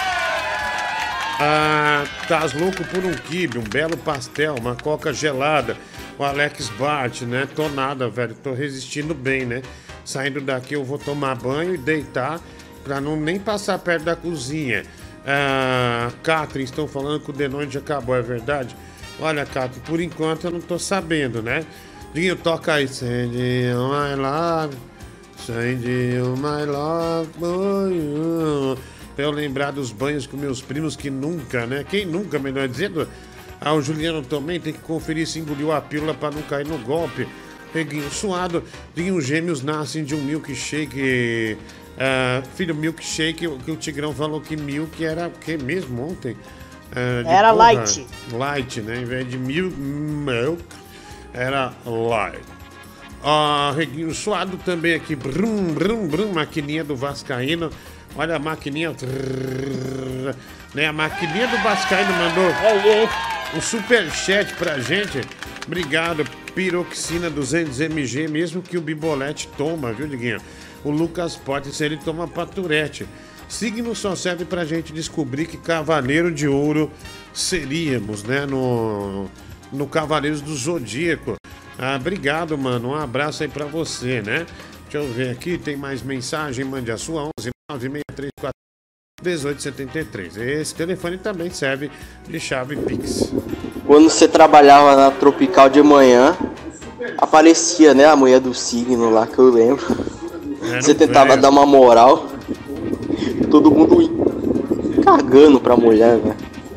Tás louco por um quibe, um belo pastel, uma coca gelada, o Alex Bart, né? Tô nada, velho, tô resistindo bem, né? Saindo daqui eu vou tomar banho e deitar pra não nem passar perto da cozinha. Catherine, estão falando que o The Noite acabou, é verdade? Olha, Catherine, por enquanto eu não tô sabendo, né? Diguinho, toca aí. Send you my love, send you my love for you. Pra eu lembrar dos banhos com meus primos que nunca, né? Quem nunca, melhor dizendo? O Juliano também tem que conferir se engoliu a pílula pra não cair no golpe. Reguinho suado. Diguinho, gêmeos nascem de um milkshake. Filho, milkshake, que o Tigrão falou que milk era o que mesmo ontem? Era light. Light, né? Em vez de milk, era light. Reguinho suado também aqui. Brum, brum, brum, maquininha do Vascaíno. Olha a maquininha. Né? A maquininha do Vascaíno mandou um superchat pra gente. Obrigado, piroxina 200mg, mesmo que o Bibolete toma, viu, Diguinho? O Lucas Potes, ele toma paturete. Signo só serve pra gente descobrir que Cavaleiro de Ouro seríamos, né? No Cavaleiros do Zodíaco. Obrigado, mano. Um abraço aí pra você, né? Deixa eu ver aqui, tem mais mensagem, mande a sua 11 9634 1873. Esse telefone também serve de chave Pix. Quando você trabalhava na Tropical de manhã, aparecia, né, a mulher do signo lá, que eu lembro. Você tentava dar uma moral, todo mundo cagando pra mulher, velho.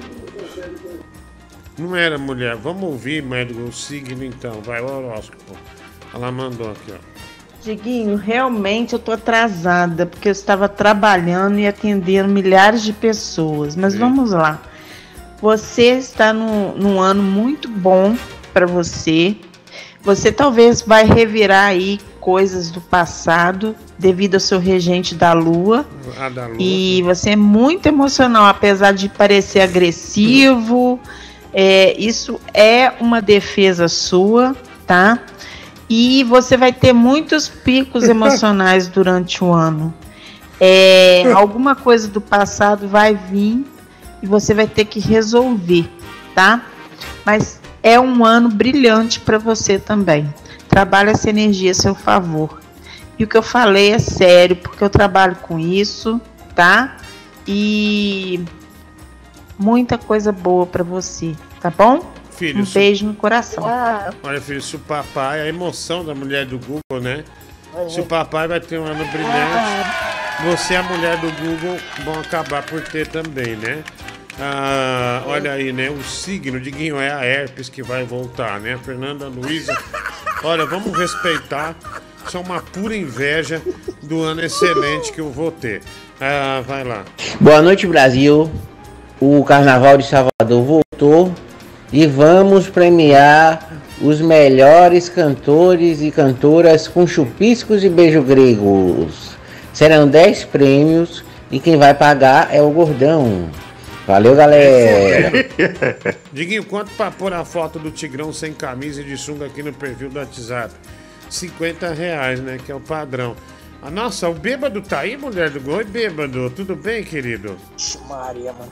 Não era mulher, vamos ouvir, médico, o signo então, vai, o horóscopo. Ela mandou aqui, ó. Diguinho, realmente eu tô atrasada, porque eu estava trabalhando e atendendo milhares de pessoas. Mas vamos lá. Você está num ano muito bom para você. Você talvez vai revirar aí coisas do passado devido ao seu regente da Lua. E você é muito emocional, apesar de parecer agressivo. Isso é uma defesa sua, tá? E você vai ter muitos picos emocionais durante o ano. Alguma coisa do passado vai vir e você vai ter que resolver, tá? Mas é um ano brilhante para você também. Trabalhe essa energia a seu favor. E o que eu falei é sério, porque eu trabalho com isso, tá? E muita coisa boa pra você, tá bom? Filho, um beijo no coração. Olha, filho, se o papai, a emoção da mulher do Google, né? Se o papai vai ter um ano brilhante, você e a mulher do Google vão acabar por ter também, né? Olha aí, né? O signo, Diguinho, é a herpes que vai voltar, né? A Fernanda Luiza. Olha, vamos respeitar. Isso é uma pura inveja do ano excelente que eu vou ter. Vai lá. Boa noite, Brasil. O Carnaval de Salvador voltou e vamos premiar os melhores cantores e cantoras com chupiscos e beijos-gregos. Serão 10 prêmios e quem vai pagar é o Gordão. Valeu, galera. Diguinho, quanto pra pôr a foto do Tigrão sem camisa e de sunga aqui no perfil do WhatsApp? R$50, né? Que é o padrão. Nossa, o bêbado tá aí, mulher do Gol. Oi, bêbado. Tudo bem, querido? Maria, mano.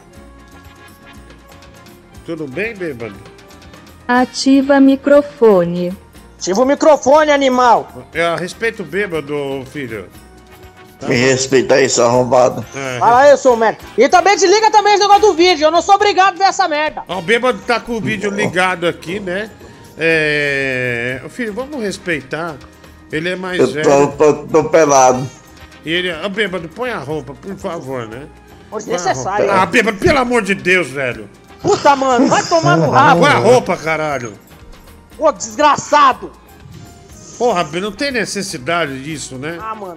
Tudo bem, bêbado? Ativa microfone. Ativa o microfone, animal. Respeita o bêbado, filho. Tá Me respeita aí, seu arrombado. Fala aí, seu merda. E também desliga também esse negócio do vídeo. Eu não sou obrigado a ver essa merda. O bêbado tá com o vídeo ligado aqui, né? Filho, vamos respeitar. Ele é mais velho. Eu tô pelado. E ele... bêbado, põe a roupa, por favor, né? Desnecessário. Bêbado, pelo amor de Deus, velho. Puta, mano, vai tomar no rabo. Põe a roupa, caralho. Ô, desgraçado. Porra, não tem necessidade disso, né? Mano.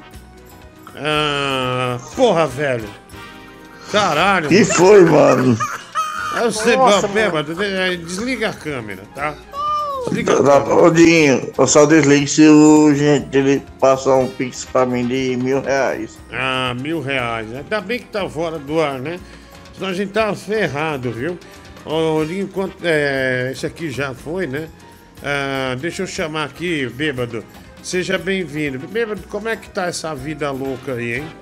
Porra, velho. Caralho. Que foi, mano? Eu sei, bêbado, desliga a câmera, tá? Desliga a câmera. Ô, Dinho, eu só desligo se o gente ele passar um pix pra mim de R$1.000. R$1.000. Ainda bem que tá fora do ar, né? Senão a gente tava ferrado, viu? Enquanto esse aqui já foi, né? Deixa eu chamar aqui, bêbado. Seja bem-vindo. Bêbado, como é que tá essa vida louca aí, hein?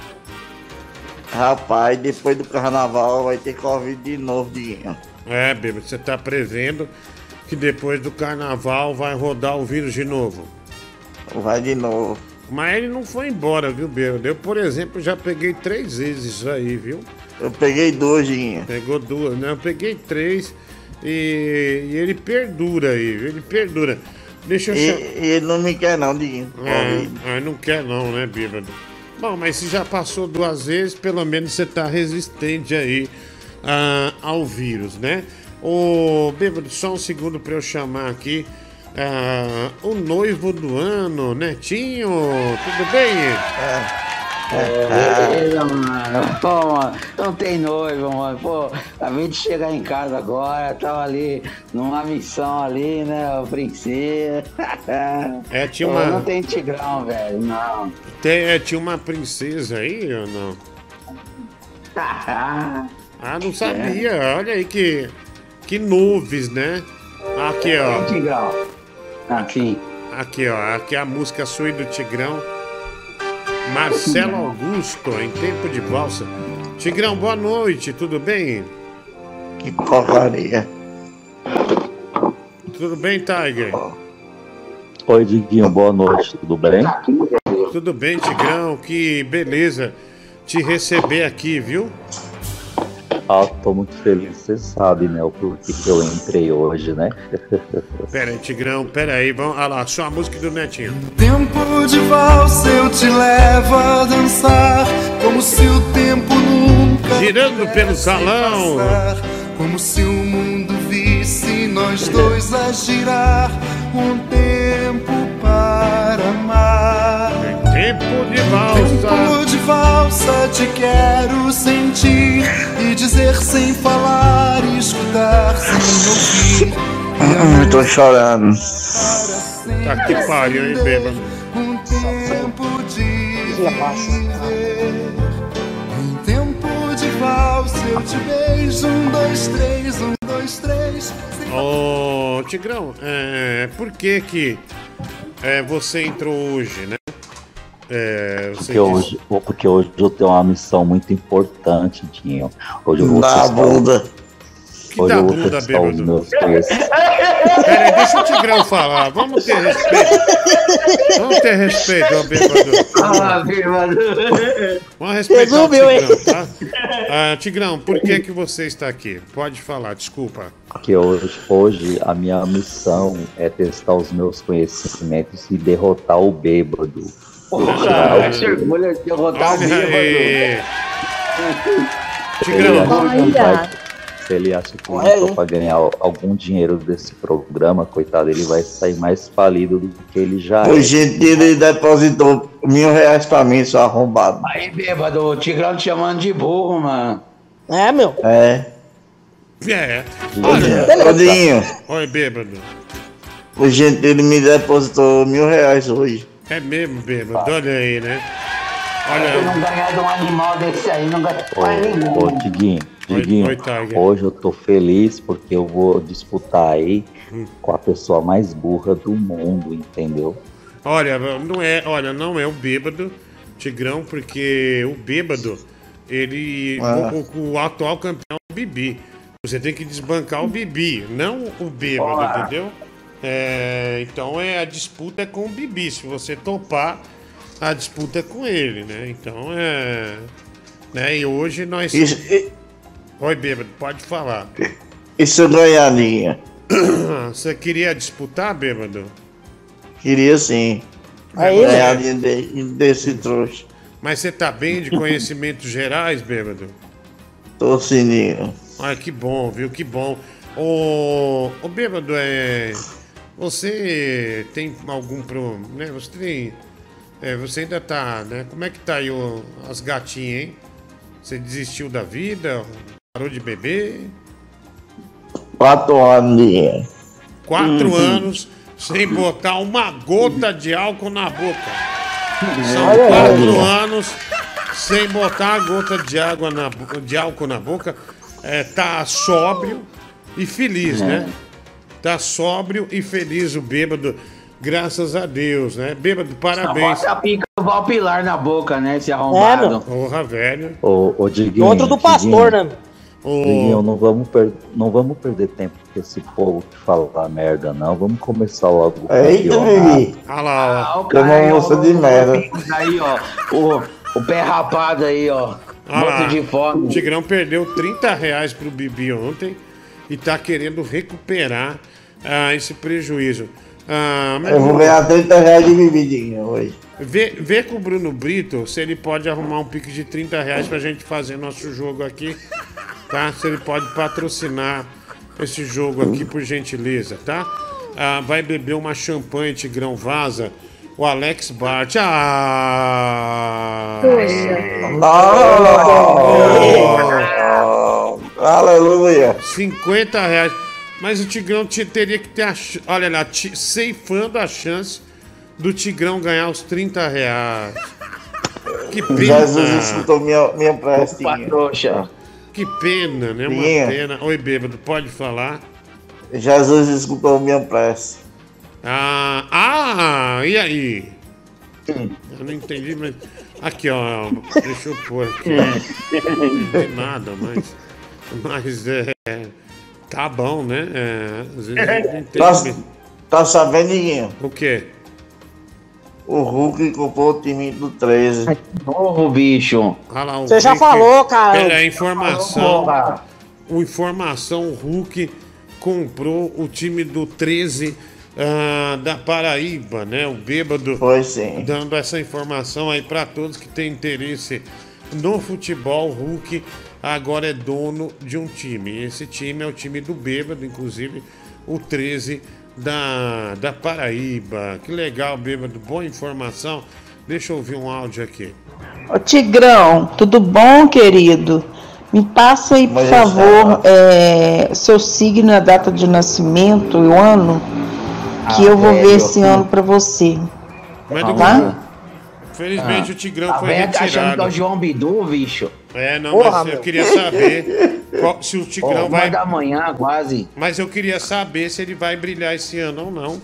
Rapaz, depois do carnaval vai ter Covid de novo, Dinho. Bêbado, você tá prevendo que depois do carnaval vai rodar o vírus de novo. Vai de novo. Mas ele não foi embora, viu, bêbado? Eu, por exemplo, já peguei 3 vezes isso aí, viu? Eu peguei 2, Dinho. Pegou 2, né? Eu peguei 3 e ele perdura aí, viu? Ele perdura. Deixa eu E ele não me quer não, Dinho. Não quer não, né, bêbado? Bom, mas se já passou 2 vezes, pelo menos você tá resistente aí ao vírus, né? Ô, bêbado, só um segundo pra eu chamar aqui o noivo do ano, Netinho. Tudo bem? Beleza, mano. Pô, mano, não tem noivo, mano. Pô, acabei de chegar em casa agora, tava ali numa missão ali, né, princesa. Tinha uma... Não tem Tigrão, velho, não. Tinha uma princesa aí ou não? Não sabia. Olha aí que noves, né? Aqui, ó. Tigrão. Aqui, ó. Aqui é a música sua e do Tigrão. Marcelo Augusto, em Tempo de Valsa. Tigrão, boa noite, tudo bem? Que porcaria. Tudo bem, Tiger? Oi, Diguinho, boa noite, tudo bem? Tudo bem, Tigrão, que beleza te receber aqui, viu? Tô muito feliz, você sabe, né, o porquê que eu entrei hoje, né? Pera aí, Tigrão, pera aí, vamos lá, só a música do Netinho. Tempo de valsa eu te levo a dançar, como se o tempo nunca girando pelo salão, passar, como se o mundo visse nós dois a girar, um tempo para amar. Tempo de valsa. Tempo de valsa, te quero sentir e dizer sem falar, e escutar sem ouvir. Eu tô chorando. Tá que pariu, hein, bêbado? Um tempo de viver. Um tempo de valsa, eu te beijo. 1, 2, 3, 1, 2, 3. Ô, Tigrão, por que você entrou hoje, né? Porque hoje eu tenho uma missão muito importante, Dinho. Hoje eu vou na bunda. que Hoje dá eu vou bunda, testar os bêbado. meus conhecimentos. Pera aí, deixa o Tigrão falar. Vamos ter respeito. Vamos ter respeito, ó, bêbado. Ah, bêbado. Vamos respeitar Resumiu, o hein? Tigrão, tá? Tigrão, por que que você está aqui? Pode falar, desculpa. Que hoje a minha missão é testar os meus conhecimentos e derrotar o bêbado. Porra, orgulho de derrotar o Olha aí. bêbado. Tigrão. Se ele acha que ele entrou pra ganhar algum dinheiro desse programa, coitado, ele vai sair mais falido do que ele já O é. gentil ele depositou R$1.000 pra mim, seu arrombado. Aí, bêbado, o Tigrão te chamando de burro, mano. É, meu. É. Olha, Rodinho, oi, bêbado. o gentil ele me depositou R$1.000 hoje. É mesmo, bêbado. Olha aí, né? Se Olha, não ganhar de um animal desse aí, não ganha mais nenhum. Ô, Diguinho, Oi, Tiger. hoje eu tô feliz porque eu vou disputar aí com a pessoa mais burra do mundo, entendeu? olha, não é o bêbado, Tigrão, porque o bêbado, ele. O atual campeão é o Bibi. Você tem que desbancar o Bibi, não o bêbado, entendeu? Então a disputa é com o Bibi. Se você topar, a disputa é com ele, né? Então né? E hoje nós. Oi, bêbado, pode falar. Isso ganharia. Você queria disputar, bêbado? Queria sim. Aí, Ganharia desse trouxa. Mas você tá bem de conhecimentos gerais, bêbado? Tô sininho. Olha, que bom, viu? Que bom. Ô, bêbado, você tem algum problema, né? Você ainda tá, né? Como é que tá aí as gatinhas, hein? Você desistiu da vida? Parou de beber? 4 anos. 4 anos sem botar uma gota de álcool na boca. São 4 anos sem botar a gota de álcool na boca. Tá sóbrio e feliz, né? Tá sóbrio e feliz o bêbado, graças a Deus, né? Bêbado, parabéns. Bota a pica do Valpilar na boca, né? Esse arrombado. Porra, velho. Ô, Diguinho, Outro do pastor, né? Diguinho, não vamos perder tempo com esse povo que fala merda, não. Vamos começar logo o Eita, campeonato. Vivi. Olha lá, ó. Tem uma moça de merda. Aí, ó. O pé rapado aí, ó. Morto de fome. O Tigrão perdeu R$30 pro Bibi ontem e tá querendo recuperar esse prejuízo. Mas Eu vou ganhar R$30 de bebidinha hoje. Vê com o Bruno Brito se ele pode arrumar um pique de R$30 pra gente fazer nosso jogo aqui, tá? Se ele pode patrocinar esse jogo aqui, por gentileza, tá? Vai beber uma champanhe, Tigrão, vaza. O Alex Bart. Aleluia. R$50. Mas o Tigrão teria que ter olha lá, ceifando a chance do Tigrão ganhar os R$30. Que pena. Jesus escutou minha prestinha. Que pena, né? Uma pena. Oi, bêbado, pode falar? Jesus escutou minha prece. E aí? Eu não entendi, mas... Aqui, ó. Deixa eu pôr aqui. Não entendi nada, mas tá bom, né? Às vezes não entende. Tá sabendo, Diguinho? O quê? O Hulk comprou o time do 13. Porra, bicho. Você já falou, cara. Pera, informação. Informação, o Hulk comprou o time do 13 da Paraíba, né? O bêbado. Foi sim. Dando essa informação aí pra todos que têm interesse no futebol. O Hulk agora é dono de um time. Esse time é o time do bêbado, inclusive o 13 da Paraíba. Que legal, bêbado. Boa informação. Deixa eu ouvir um áudio aqui. Ô Tigrão, tudo bom, querido? Me passa aí, por favor, seu signo, a data de nascimento e o ano, que eu vou ver esse ano pra você. Mas tá? Felizmente o Tigrão foi Tá achando que é retirado. o João Bidu, bicho? Não, Porra, mas eu queria saber se o Tigrão vai... da manhã, quase. Mas eu queria saber se ele vai brilhar esse ano ou não.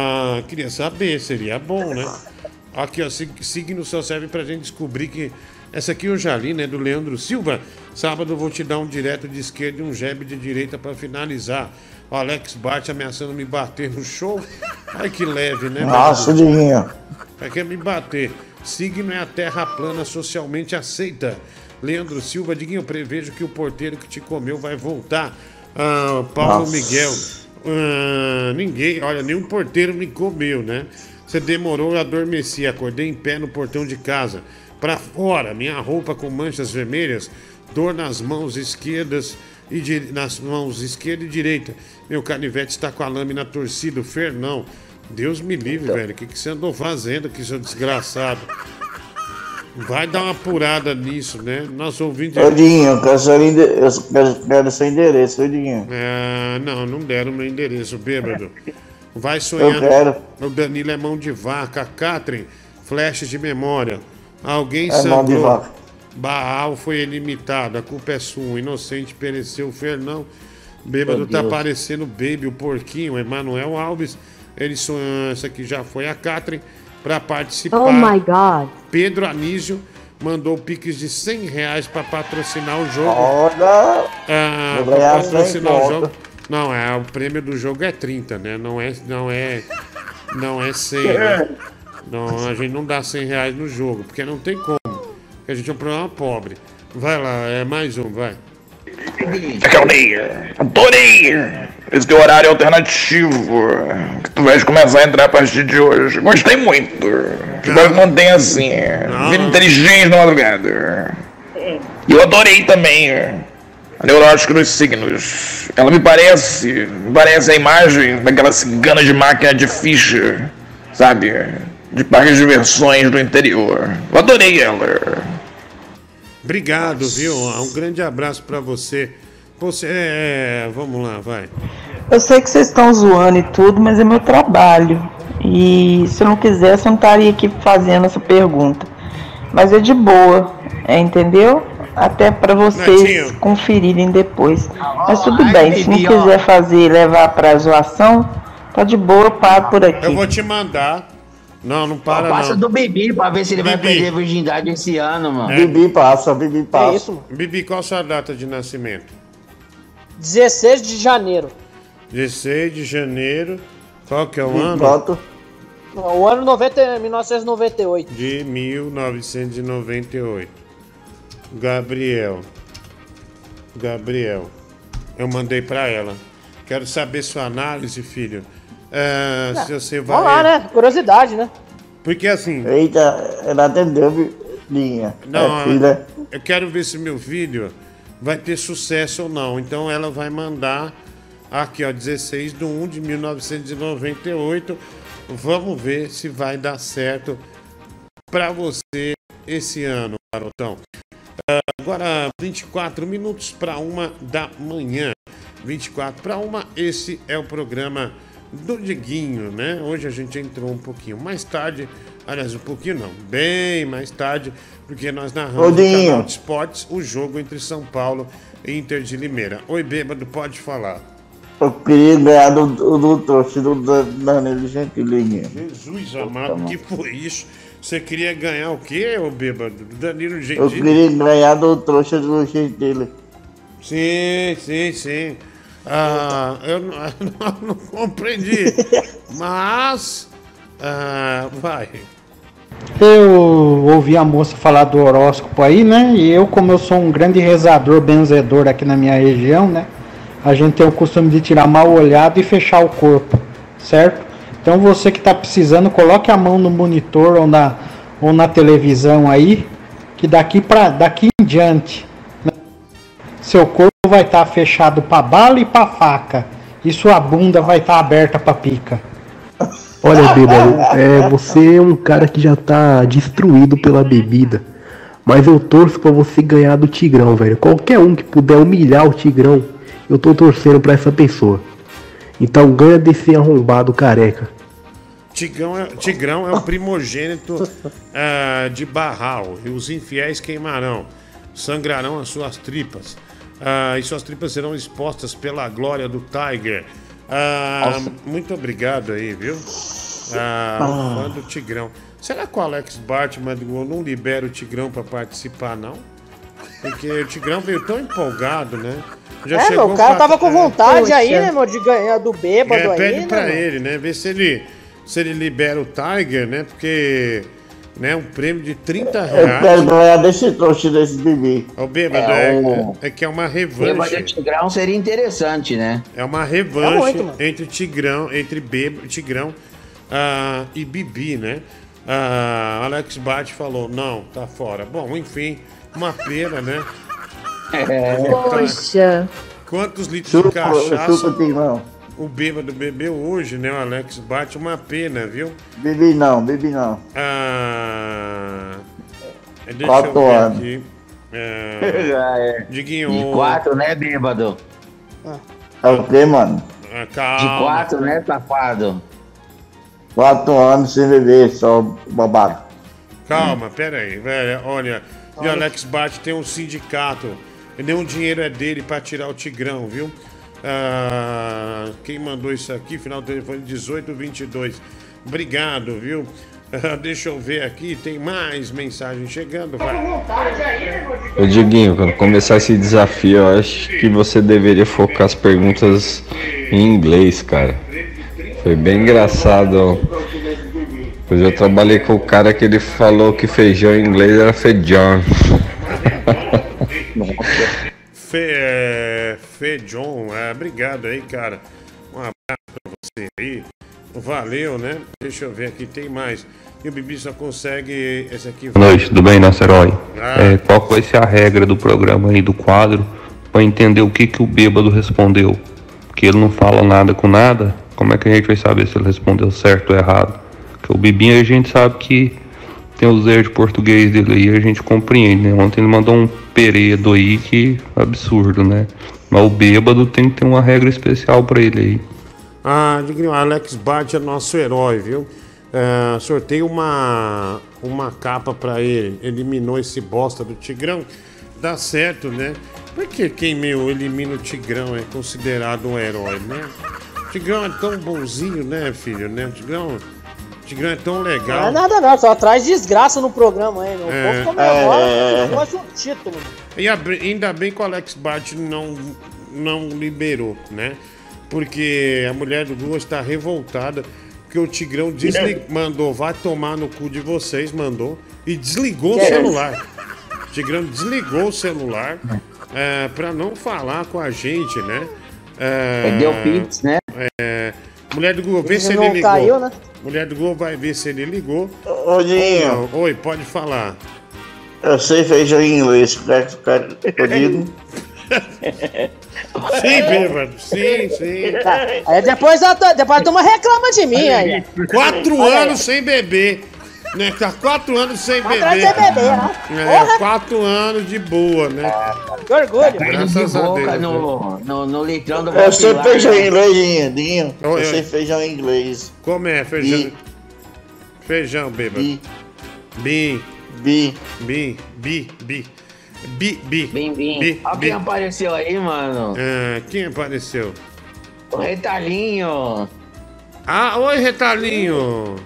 Queria saber, seria bom, né? Aqui, ó, signo só serve pra gente descobrir que Essa aqui eu já li, né? Do Leandro Silva. Sábado eu vou te dar um direto de esquerda e um jab de direita pra finalizar. O Alex Bart ameaçando me bater no show. Ai, que leve, né? Nossa, Diguinho. Quer me bater. Signo é a terra plana socialmente aceita. Leandro Silva, Diguinho, eu prevejo que o porteiro que te comeu vai voltar. Paulo Nossa. Miguel. Ninguém, olha, nenhum porteiro me comeu, né? Você demorou, eu adormeci, acordei em pé no portão de casa. Pra fora, minha roupa com manchas vermelhas, dor nas mãos esquerdas nas mãos esquerda e direita. Meu canivete está com a lâmina torcida, o Fernão. Deus me livre, velho. O que você andou fazendo aqui, seu desgraçado? Vai dar uma apurada nisso, né? Nosso ouvinte. Ô, Dinho, eu quero seu endereço, ô, Dinho. Não deram meu endereço, bêbado. Vai sonhando. Eu quero. O Danilo é mão de vaca. A Catherine, flash de memória. Alguém É mão de sangrou. vaca. Baal foi ilimitado. A culpa é sua. O inocente pereceu. Fernão. Bêbado Meu tá Deus. parecendo o Baby, o porquinho. Emanuel Alves. Ele sonhou. Essa aqui já foi a Catherine. Pra participar. Oh my God. Pedro Anísio mandou piques de R$100 pra patrocinar o jogo. Olha! Vou Pra ganhar patrocinar 100 o conto. jogo. Não, o prêmio do jogo é 30, né? Não é 100, né? Não, a gente não dá R$100 no jogo, porque não tem como. Porque a gente é um programa pobre. Vai lá, mais um, vai. Adorei! Esse teu horário alternativo que tu vais começar a entrar a partir de hoje. Gostei muito. Espero que mantenha assim. Vida inteligente na madrugada. E eu adorei também a neurótica dos signos. Ela me parece a imagem daquela cigana de máquina de ficha, sabe? De parque de diversões do interior. Eu adorei ela. Obrigado, viu? Um grande abraço pra você. Vamos lá, vai. Eu sei que vocês estão zoando e tudo, mas é meu trabalho. E se eu não quisesse, eu não estaria aqui fazendo essa pergunta. Mas é de boa, entendeu? Até pra vocês Netinho. conferirem depois. Mas tudo Ai, bem, se não baby, ó. quiser fazer e levar pra zoação, tá de boa, eu paro por aqui. Eu vou te mandar. Não para Passa não. do Bibi pra ver se ele vai Bibi. perder a virgindade esse ano, mano. Bibi passa. É isso, mano. Bibi, qual a sua data de nascimento? 16 de janeiro. 16 de janeiro. Qual que é o ano? Pronto. O ano 1998. De 1998. Gabriel. Eu mandei pra ela. Quero saber sua análise, filho. Se você vai. Vamos lá, né? Curiosidade, né? Porque assim. Eita, ela atendeu, Linha. Não, Filha. eu quero ver se meu filho vai ter sucesso ou não. Então ela vai mandar aqui, ó, 16 de 1 de 1998. Vamos ver se vai dar certo pra você esse ano, garotão. Agora, 24 minutos para 1 da manhã. 24 para 1, esse é o programa do Diguinho, né? Hoje a gente entrou um pouquinho mais tarde. Aliás, um pouquinho não, bem mais tarde, porque nós narramos no canal de esportes o jogo entre São Paulo e Inter de Limeira. Oi, bêbado, pode falar. Eu queria ganhar do trouxa do Danilo Gentili. Jesus amado, que foi isso? Você queria ganhar o quê, ô bêbado? Do Danilo Eu Gentili? queria ganhar do trouxa do Gentili. Sim. Eu não compreendi. Mas. Vai. Eu ouvi a moça falar do horóscopo aí, né? E eu, como eu sou um grande rezador, benzedor aqui na minha região, né? A gente tem o costume de tirar mal olhado e fechar o corpo, certo? Então você que está precisando, coloque a mão no monitor ou na televisão aí, que daqui em diante, né, seu corpo vai estar fechado para bala e para faca, e sua bunda vai estar aberta para pica. Olha, bêbado, você é um cara que já tá destruído pela bebida, mas eu torço pra você ganhar do Tigrão, velho. Qualquer um que puder humilhar o Tigrão, eu tô torcendo pra essa pessoa. Então ganha desse arrombado careca. Tigrão é o primogênito de Barral, e os infiéis queimarão, sangrarão as suas tripas, e suas tripas serão expostas pela glória do Tiger. Muito obrigado aí, viu? O fã do Tigrão. Será que o Alex Batman não libera o Tigrão pra participar, não? Porque o Tigrão veio tão empolgado, né? Já chegou o cara tava com vontade aí, né, meu, de ganhar do bêbado aí, pede né? pra ele, né? Ver se ele libera o Tiger, né? Porque, né, um prêmio de R$30. Eu quero ganhar desse trouxa desse bebê. O bêbado é que é uma revanche. Bêbado e Tigrão seria interessante, né? É uma revanche entre Tigrão, Tigrão e Bibi, né? Alex Bat falou, não, tá fora. Bom, enfim, uma pena, né? Poxa. Quantos litros de cachaça o bêbado bebeu hoje, né? O Alex Bat, uma pena, viu? Bebi não. Deixa 4 eu ver anos. aqui. Diguinho. De 4, né, bêbado? É o quê, mano? Calma. De 4, né, safado? 4 anos sem beber, só babado. Calma, pera aí, velho. Olha, e o Alex Bat tem um sindicato. E nenhum dinheiro é dele pra tirar o Tigrão, viu? Quem mandou isso aqui? Final do telefone 1822. Obrigado, viu? Deixa eu ver aqui, tem mais mensagem chegando. Vai. Ô Diguinho, quando começar esse desafio, eu acho que você deveria focar as perguntas em inglês, cara. Foi bem engraçado. Pois eu trabalhei com o cara que ele falou que feijão em inglês era feijão. John, obrigado aí, cara. Um abraço pra você aí. Valeu, né? Deixa eu ver aqui, tem mais. E o Bibi só consegue esse aqui. Boa noite, tudo bem, nosso herói? Qual vai ser a regra do programa aí, do quadro, pra entender o que o bêbado respondeu? Porque ele não fala nada com nada, como é que a gente vai saber se ele respondeu certo ou errado? Porque o Bibinho a gente sabe que tem os erros de português dele aí, a gente compreende, né? Ontem ele mandou um peredo aí que absurdo, né? Mas o bêbado tem que ter uma regra especial pra ele aí. Diguinho, Alex Bat é nosso herói, viu? Sorteio uma capa pra ele. Eliminou esse bosta do Tigrão. Dá certo, né? Porque quem elimina o Tigrão é considerado um herói, né? O Tigrão é tão bonzinho, né, filho? Né? O Tigrão é tão legal. Não é nada não, só traz desgraça no programa aí, meu. O povo comemora como se fosse um título. E ainda bem que o Alex Bat não liberou, né? Porque a mulher do Google está revoltada porque o Tigrão mandou, vai tomar no cu de vocês, mandou, e desligou o celular. O Tigrão desligou o celular pra não falar com a gente, né? Deu pix, né? Mulher do Google, vê se ele ligou. Caiu, né? Mulher do Google vai ver se ele ligou. Ô, Dinho. Oi, pode falar. Eu sei feijão em inglês, cara escolhido. Sim, bêbado. Sim. Tá. Aí depois a turma reclama de mim aí. 4 anos sem beber. Né? Tá 4 anos sem beber. 4 anos de boa, né? Que orgulho. Graças a Deus. No litrão do Eu sei feijão em inglês, Dinho. Eu sei feijão em inglês. Como é feijão? Feijão, bêbado. Bim. Olha quem apareceu aí, mano. Quem apareceu? O Retalhinho. Oi, Retalhinho.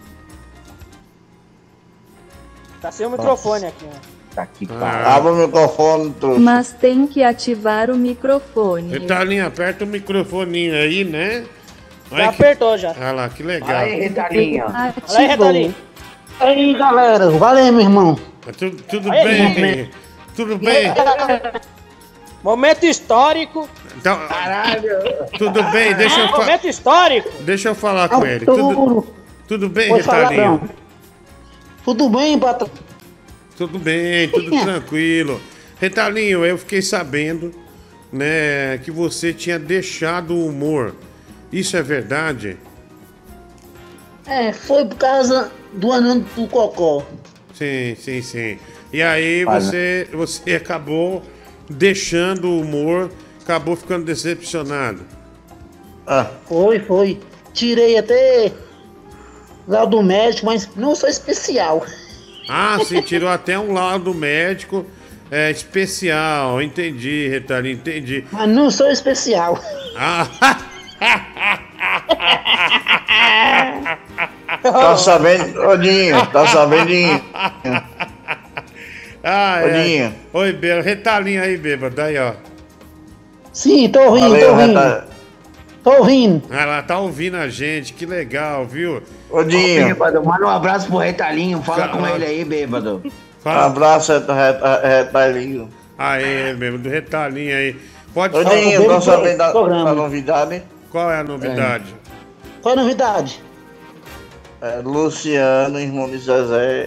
Tá sem o microfone aqui, né? Tá aqui, Abre o microfone, trouxa. Mas tem que ativar o microfone. Retalhinho, aperta o microfoninho aí, né? Já apertou, já. Olha lá, que legal. Aí, Retalhinho. Olha aí, Retalhinho. Aí, galera, valeu, meu irmão. Tudo bem? Tudo bem? Momento histórico. Então, caralho. Tudo bem, deixa eu falar. Momento histórico. Deixa eu falar com ele. Tudo bem, Retalhinho? Tudo bem, patrão? Tudo bem, tudo tranquilo. Retalhinho, eu fiquei sabendo, né, que você tinha deixado o humor. Isso é verdade? Foi por causa do anão do Cocó. Sim. E aí você acabou deixando o humor, acabou ficando decepcionado. Foi. Tirei até laudo médico, mas não sou especial. Sim, tirou até um laudo médico especial. Entendi, Retalhinho, entendi. Mas não sou especial. Tá sabendo, Odinho, tá sabendo? Odinho. Oi, bêbado. Retalhinho aí, bêbado. Daí, ó. Sim, tô ouvindo, tô ouvindo. Tô ouvindo. Ah, ela tá ouvindo a gente, que legal, viu? Odinho. Bêbado, manda um abraço pro Retalhinho, fala com ele aí, bêbado. Abraço, Retalhinho. Aê, bêbado, retalhinho aí. Pode falar. Odinho, tá sabendo da novidade? Qual é a novidade? Qual é a novidade? Luciano, irmão de Zezé,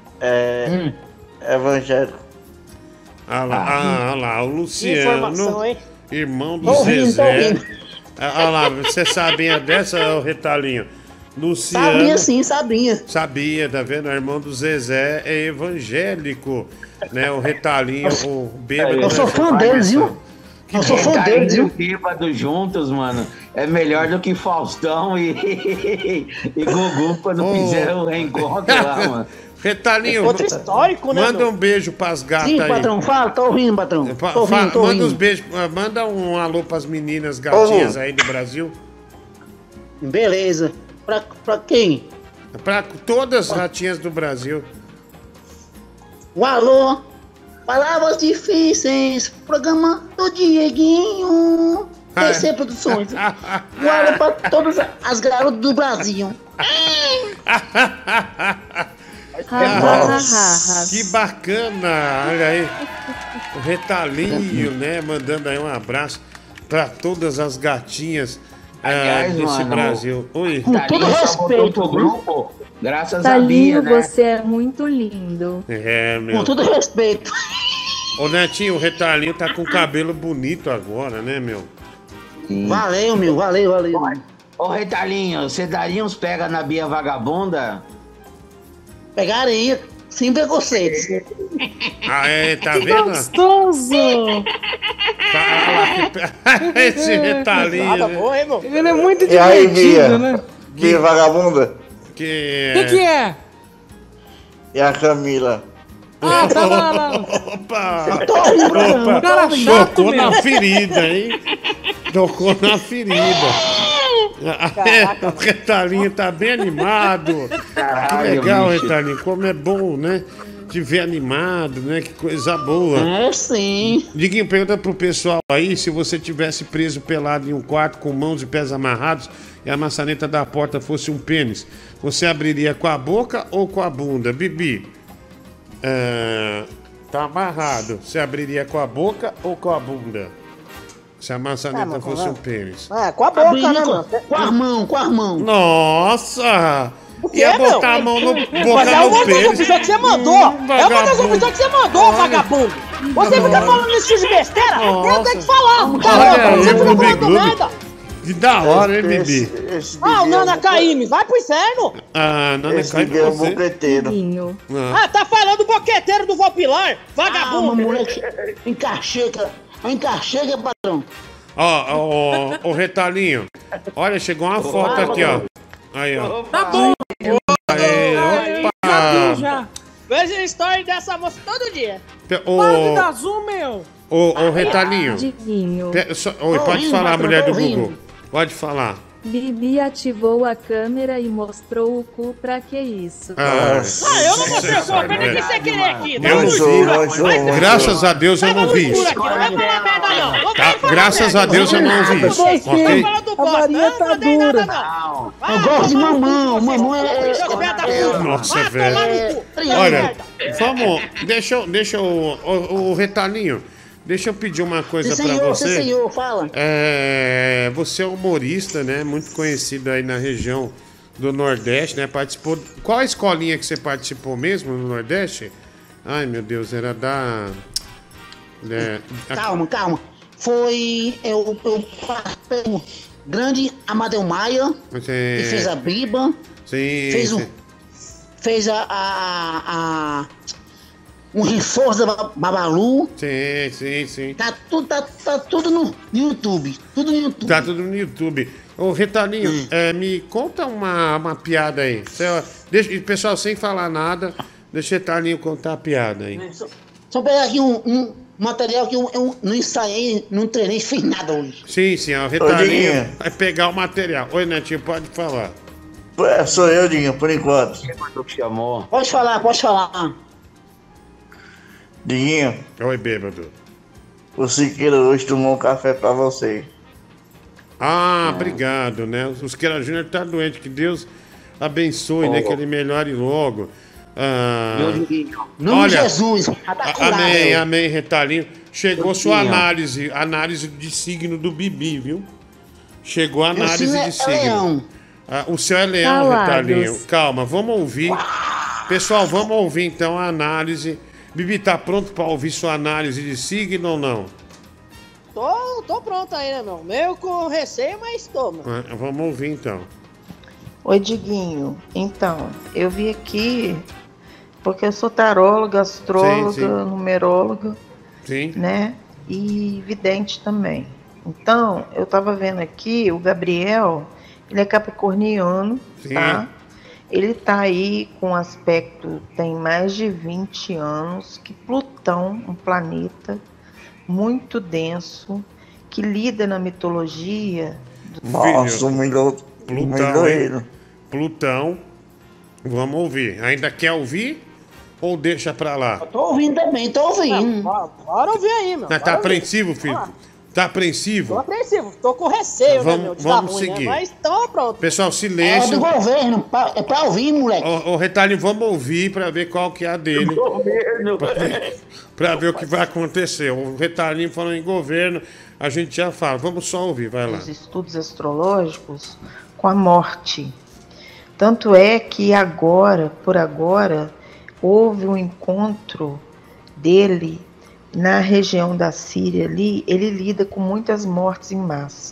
evangélico. Ah lá, o Luciano, informação, hein? irmão do Tô ouvindo, Zezé. Ah lá, você sabia dessa, Retalhinho? Luciano. Sabia sim, sabia. Sabia, tá vendo? O irmão do Zezé é evangélico, né? O Retalhinho, o bêbado. Eu sou fã deles, viu? Eu sou fã deles, viu? Bêbado juntos, mano, é melhor do que Faustão e Gugu quando fizeram o reencontro lá, mano. Retalhinho, outro histórico, né? Manda um beijo pras gatas Sim, aí. patrão, fala, tô ouvindo, patrão. Tô ouvindo, tô manda ouvindo. uns beijos, manda um alô pras meninas gatinhas aí do Brasil. Beleza. Pra quem? Pra todas as ratinhas do Brasil. O alô, palavras difíceis, programa do Dieguinho. PC Produções. O alô pra todas as garotas do Brasil. Nossa, que bacana! Olha aí, o Retalhinho, né? Mandando aí um abraço pra todas as gatinhas desse mano, Brasil. Oi. Com todo respeito, grupo, graças a Talinho, Bia, né? você é muito lindo. É, meu. Com todo respeito. Ô, Netinho, o Retalhinho tá com cabelo bonito agora, né, meu? Valeu, meu, valeu. Ô, Retalhinho, você daria uns pega na Bia vagabunda? Pegaria, sem preconceitos. Ah, é, tá Que vendo? gostoso! Esse Retalhinho. Nada bom, hein, meu? Ele é muito E aí, Bia? divertido, né? Bia vagabunda? Que é? E a Camila? Ah, tá lá. Opa! Um cara chato, Tocou meu. na ferida, hein? Tocou na ferida. O Retalhinho tá bem animado. Que legal, bicho. Retalhinho. Como é bom, né? Te ver animado, né? Que coisa boa. É sim. Diguinho, pergunta pro pessoal aí se você tivesse preso pelado em um quarto com mãos e pés amarrados e a maçaneta da porta fosse um pênis, você abriria com a boca ou com a bunda? Bibi, tá amarrado. Você abriria com a boca ou com a bunda? Se a maçaneta fosse um pênis. Com a boca, né, mano? Com a mão. Nossa! O quê, Ia botar meu? a mão no Mas boca é no uma das pênis. opções que você mandou. É uma das opções que você mandou, vagabundo. Você fica falando esse tipo de besteira? Eu tenho que falar. Olha Caramba, aí, você fica Bibi falando Gloob. merda. Que da hora, hein, Bibi? Ah, o Nana Caymmi, vai pro inferno. Ah, Nana Caymmi, é um você. boqueteiro. Ah, tá falando boqueteiro do Valpilar, vagabundo. Moleque, encaixeca, patrão. Ó, Retalhinho. Olha, chegou uma foto aqui, ó. Aí, ó. Tá bom. Aí, opa. Já. Veja a história dessa moça todo dia. Para de dar zoom, meu. Ô, Retalhinho. Diguinho. Oi, pode ouvindo, falar, patrão, mulher tô do ouvindo. Google. Pode falar. Bibi ativou a câmera e mostrou o cu, pra que isso? Eu não mostrei o cu, peraí que você querer aqui. Vai no Eu escuro aqui. Graças a Deus eu não vi isso. Não vai falar merda, não. Tá? Graças a Deus eu não vi isso. Ok? A varinha tá dura. Eu gosto de mamão. Mamão é. Nossa, velho. Olha, vamos. Deixa o Retalhinho. Deixa eu pedir uma coisa pra você. Sim, senhor, fala. Você é humorista, né? Muito conhecido aí na região do Nordeste, né? Participou. Qual a escolinha que você participou mesmo no Nordeste? Ai, meu Deus, era da. Calma. Foi. Eu participei do grande Amadeu Maia. Que fez a Biba. Sim. Fez um reforço da Babalu. Sim. Tá tudo no YouTube. Tudo no YouTube. Tá tudo no YouTube. Ô, Retalhinho, me conta uma piada aí. Deixa, pessoal, sem falar nada, deixa o Retalhinho contar a piada aí. Só pegar aqui um material que eu não ensaiei, não treinei, fiz nada hoje. Sim, o Retalhinho vai pegar o material. Oi, Netinho, pode falar. Sou eu, Dinho, por enquanto. Chamou. Pode falar, pode falar. Dinho. Oi, bêbado. O Siqueira hoje tomou um café pra você. Obrigado, né? O Siqueira Júnior tá doente, que Deus abençoe, né? Que ele melhore logo. Nome de Jesus, tá curado. Amém, amém, Retalhinho. Chegou sua Retalhinho. análise de signo do Bibi, viu? Chegou a análise signo de é signo. leão. O seu é leão, Calados. Retalhinho. Calma, vamos ouvir. Pessoal, vamos ouvir então a análise. Bibi, tá pronto pra ouvir sua análise de signo ou não? Tô pronto aí, né, meu? Meio com receio, mas tô, mano. Vamos ouvir então. Oi, Diguinho. Então, eu vi aqui porque eu sou taróloga, astróloga, Sim. numeróloga, Sim. né? E vidente também. Então, eu tava vendo aqui, o Gabriel, ele é capricorniano, Sim. tá? Ele tá aí com aspecto, tem mais de 20 anos, que Plutão, um planeta muito denso, que lida na mitologia. Nossa, humilhou ele. Plutão. Vamos ouvir. Ainda quer ouvir? Ou deixa pra lá? Tô ouvindo também, tô ouvindo. Bora ouvir aí, meu. Tá apreensivo, filho? Tá apreensivo? Tô apreensivo, tô com receio, né, meu? De dar Vamos ruim, seguir. né? Mas tô pronto. Pessoal, silêncio. É do governo, é pra ouvir, moleque. Ô, Retalho, vamos ouvir pra ver qual que é a dele. Pra ver o que vai acontecer. O Retalhinho falando em governo, a gente já fala. Vamos só ouvir, vai lá. Os estudos astrológicos com a morte. Tanto é que agora, por agora, houve um encontro dele na região da Síria ali. Ele lida com muitas mortes em massa.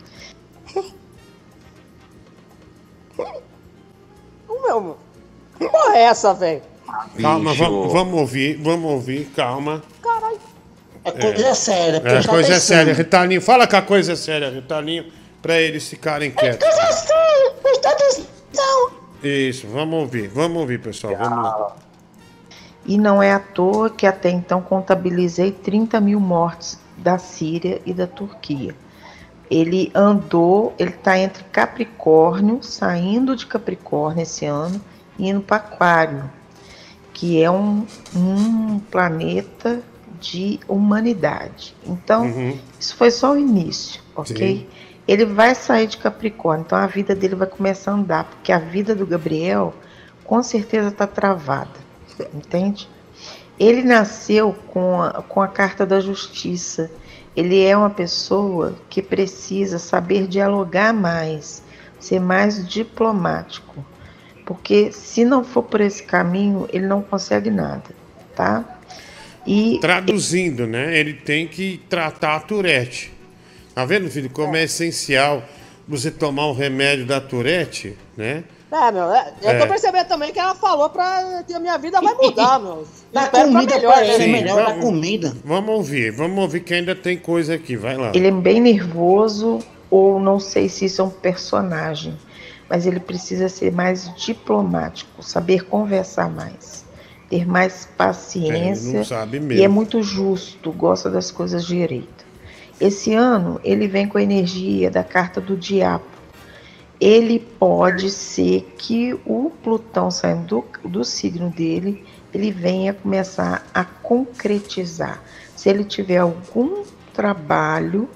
Meu, que porra é essa, velho? Calma, vamos ouvir, calma. Caralho. É coisa séria, É coisa séria, Retalhinho. Fala que a coisa é séria, Retalhinho, pra eles ficarem quietos. Coisa séria, presta atenção. Isso, vamos ouvir, pessoal. Vamos lá. E não é à toa que até então contabilizei 30 mil mortes da Síria e da Turquia. Ele está entre Capricórnio, saindo de Capricórnio esse ano, e indo para Aquário, que é um planeta de humanidade. Então, isso foi só o início, ok? Sim. Ele vai sair de Capricórnio, então a vida dele vai começar a andar, porque a vida do Gabriel com certeza está travada, entende? Ele nasceu com a carta da justiça. Ele é uma pessoa que precisa saber dialogar mais, ser mais diplomático, porque se não for por esse caminho, ele não consegue nada, tá? E traduzindo, né? Ele tem que tratar a Tourette. Tá vendo, filho? Como é essencial você tomar um remédio da Tourette, né? Eu tô percebendo também que ela falou que a minha vida vai mudar, meu. Dá Espero pra comida melhor, pra ele, né? melhor dar comida. Vamos ouvir que ainda tem coisa aqui, vai lá. ele é bem nervoso, ou não sei se isso é um personagem, mas ele precisa ser mais diplomático, saber conversar mais, ter mais paciência, ele não sabe e mesmo. é muito justo, gosta das coisas direito. Esse ano ele vem com a energia da carta do diabo. Ele pode ser que o Plutão saindo do signo dele, ele venha começar a concretizar. Se ele tiver algum trabalho,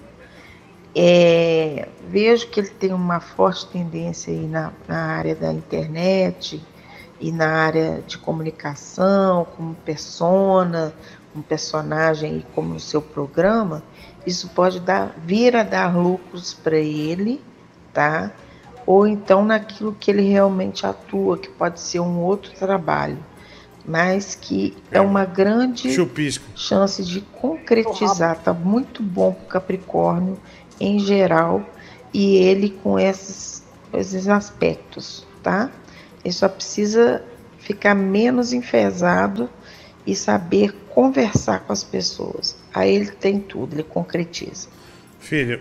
vejo que ele tem uma forte tendência aí na área da internet e na área de comunicação, como persona, um personagem aí como no seu programa. Isso pode vir a dar lucros para ele, tá? Ou então naquilo que ele realmente atua, que pode ser um outro trabalho, mas que é uma grande chance de concretizar. Tá muito bom para o Capricórnio em geral, e ele com esses aspectos, tá? Ele só precisa ficar menos enfesado e saber conversar com as pessoas. Aí ele tem tudo, ele concretiza. Filho,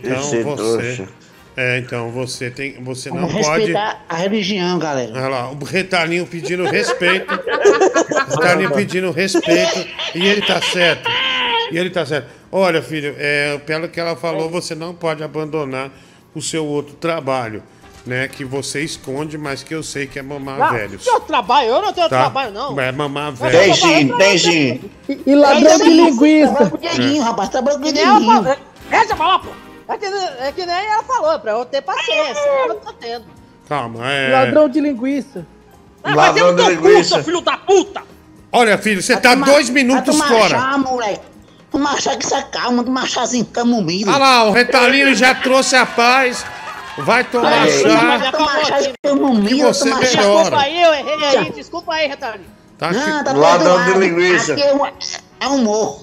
então você não Vamos pode respeitar a religião, galera. Olha lá, o Retalhinho pedindo respeito. O Retalhinho pedindo respeito. E ele tá certo. Olha, filho, pelo que ela falou, você não pode abandonar o seu outro trabalho. né? Que você esconde, mas que eu sei que é mamar velhos. Eu trabalho, eu não tenho Tá? trabalho, não. É mamar Tem velhos. sim, tem sim. E ladrão de linguiça. Trabalha com o Dieguinho, rapaz. Trabalha com o Que nem ela Dieguinho. falou. Deixa eu falar, pô. É que nem ela falou, pra eu ter paciência. Eu não tô tendo. Calma, Ladrão de linguiça. Vai ter no teu cu, seu filho da puta! Olha, filho, você tá 2 minutos vai fora. Chá, moleque. Tomar chá que você calma, tomar chazinho camomila. Olha lá, o Retalhinho já trouxe a paz. Vai tomar chá. Tomar chá de Que camomila, você tomar chá. melhora. Desculpa aí, eu errei aí. Desculpa aí, Retalhinho. Tá Não, tá Ladrão de perdoado. linguiça. Aqui é humor.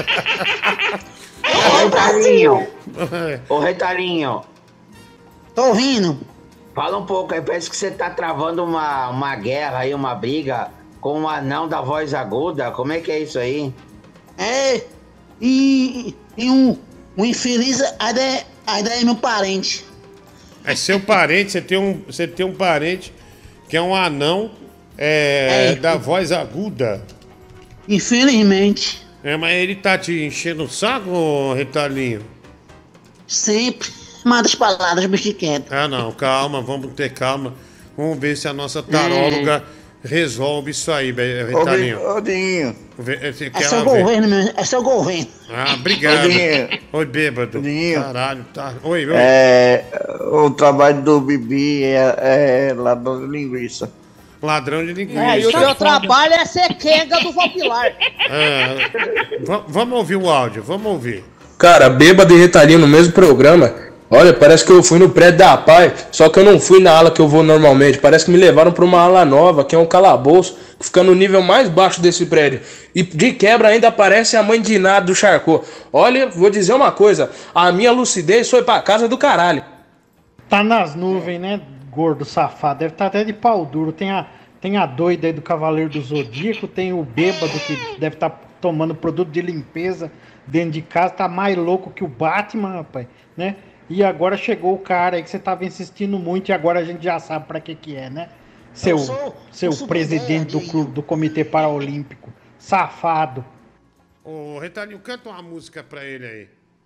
Ô, Retalhinho. Ô, Retalhinho. Tô ouvindo. Fala um pouco aí, parece que você tá travando uma guerra aí, uma briga com um anão da voz aguda. Como é que é isso aí? É, e um infeliz ainda é meu parente. É seu parente, você tem um parente que é um anão da voz aguda. Infelizmente. Mas ele tá te enchendo o saco, Retalhinho? Sempre manda as palavras, bicho quieto. Ah, não, calma, vamos ter calma. Vamos ver se a nossa taróloga resolve isso aí, Retalhinho. Ô, Dinho. É seu governo, meu. É seu governo. Ah, obrigado. Dinho. Oi, bêbado. Dinho. Caralho, tá. Oi. O trabalho do Bibi é ladrão de linguiça. Ladrão de linguiça. E o teu trabalho é ser quenga do Valpilar. Vamos ouvir o áudio, vamos ouvir. Cara, bêbado e Retalhinho no mesmo programa. Olha, parece que eu fui no prédio da PAI, só que eu não fui na ala que eu vou normalmente. Parece que me levaram pra uma ala nova, que é um calabouço, que fica no nível mais baixo desse prédio. E de quebra ainda aparece a mãe de nada do Charcot. Olha, vou dizer uma coisa, a minha lucidez foi pra casa do caralho. Tá nas nuvens, né, gordo safado? Deve estar até de pau duro. Tem a doida aí do Cavaleiro do Zodíaco, tem o bêbado que deve estar tomando produto de limpeza dentro de casa, tá mais louco que o Batman, rapaz, né? E agora chegou o cara aí que você tava insistindo muito e agora a gente já sabe pra que é, né? Seu presidente do Comitê Paralímpico, safado. Ô, Retalhinho, canta uma música pra ele aí.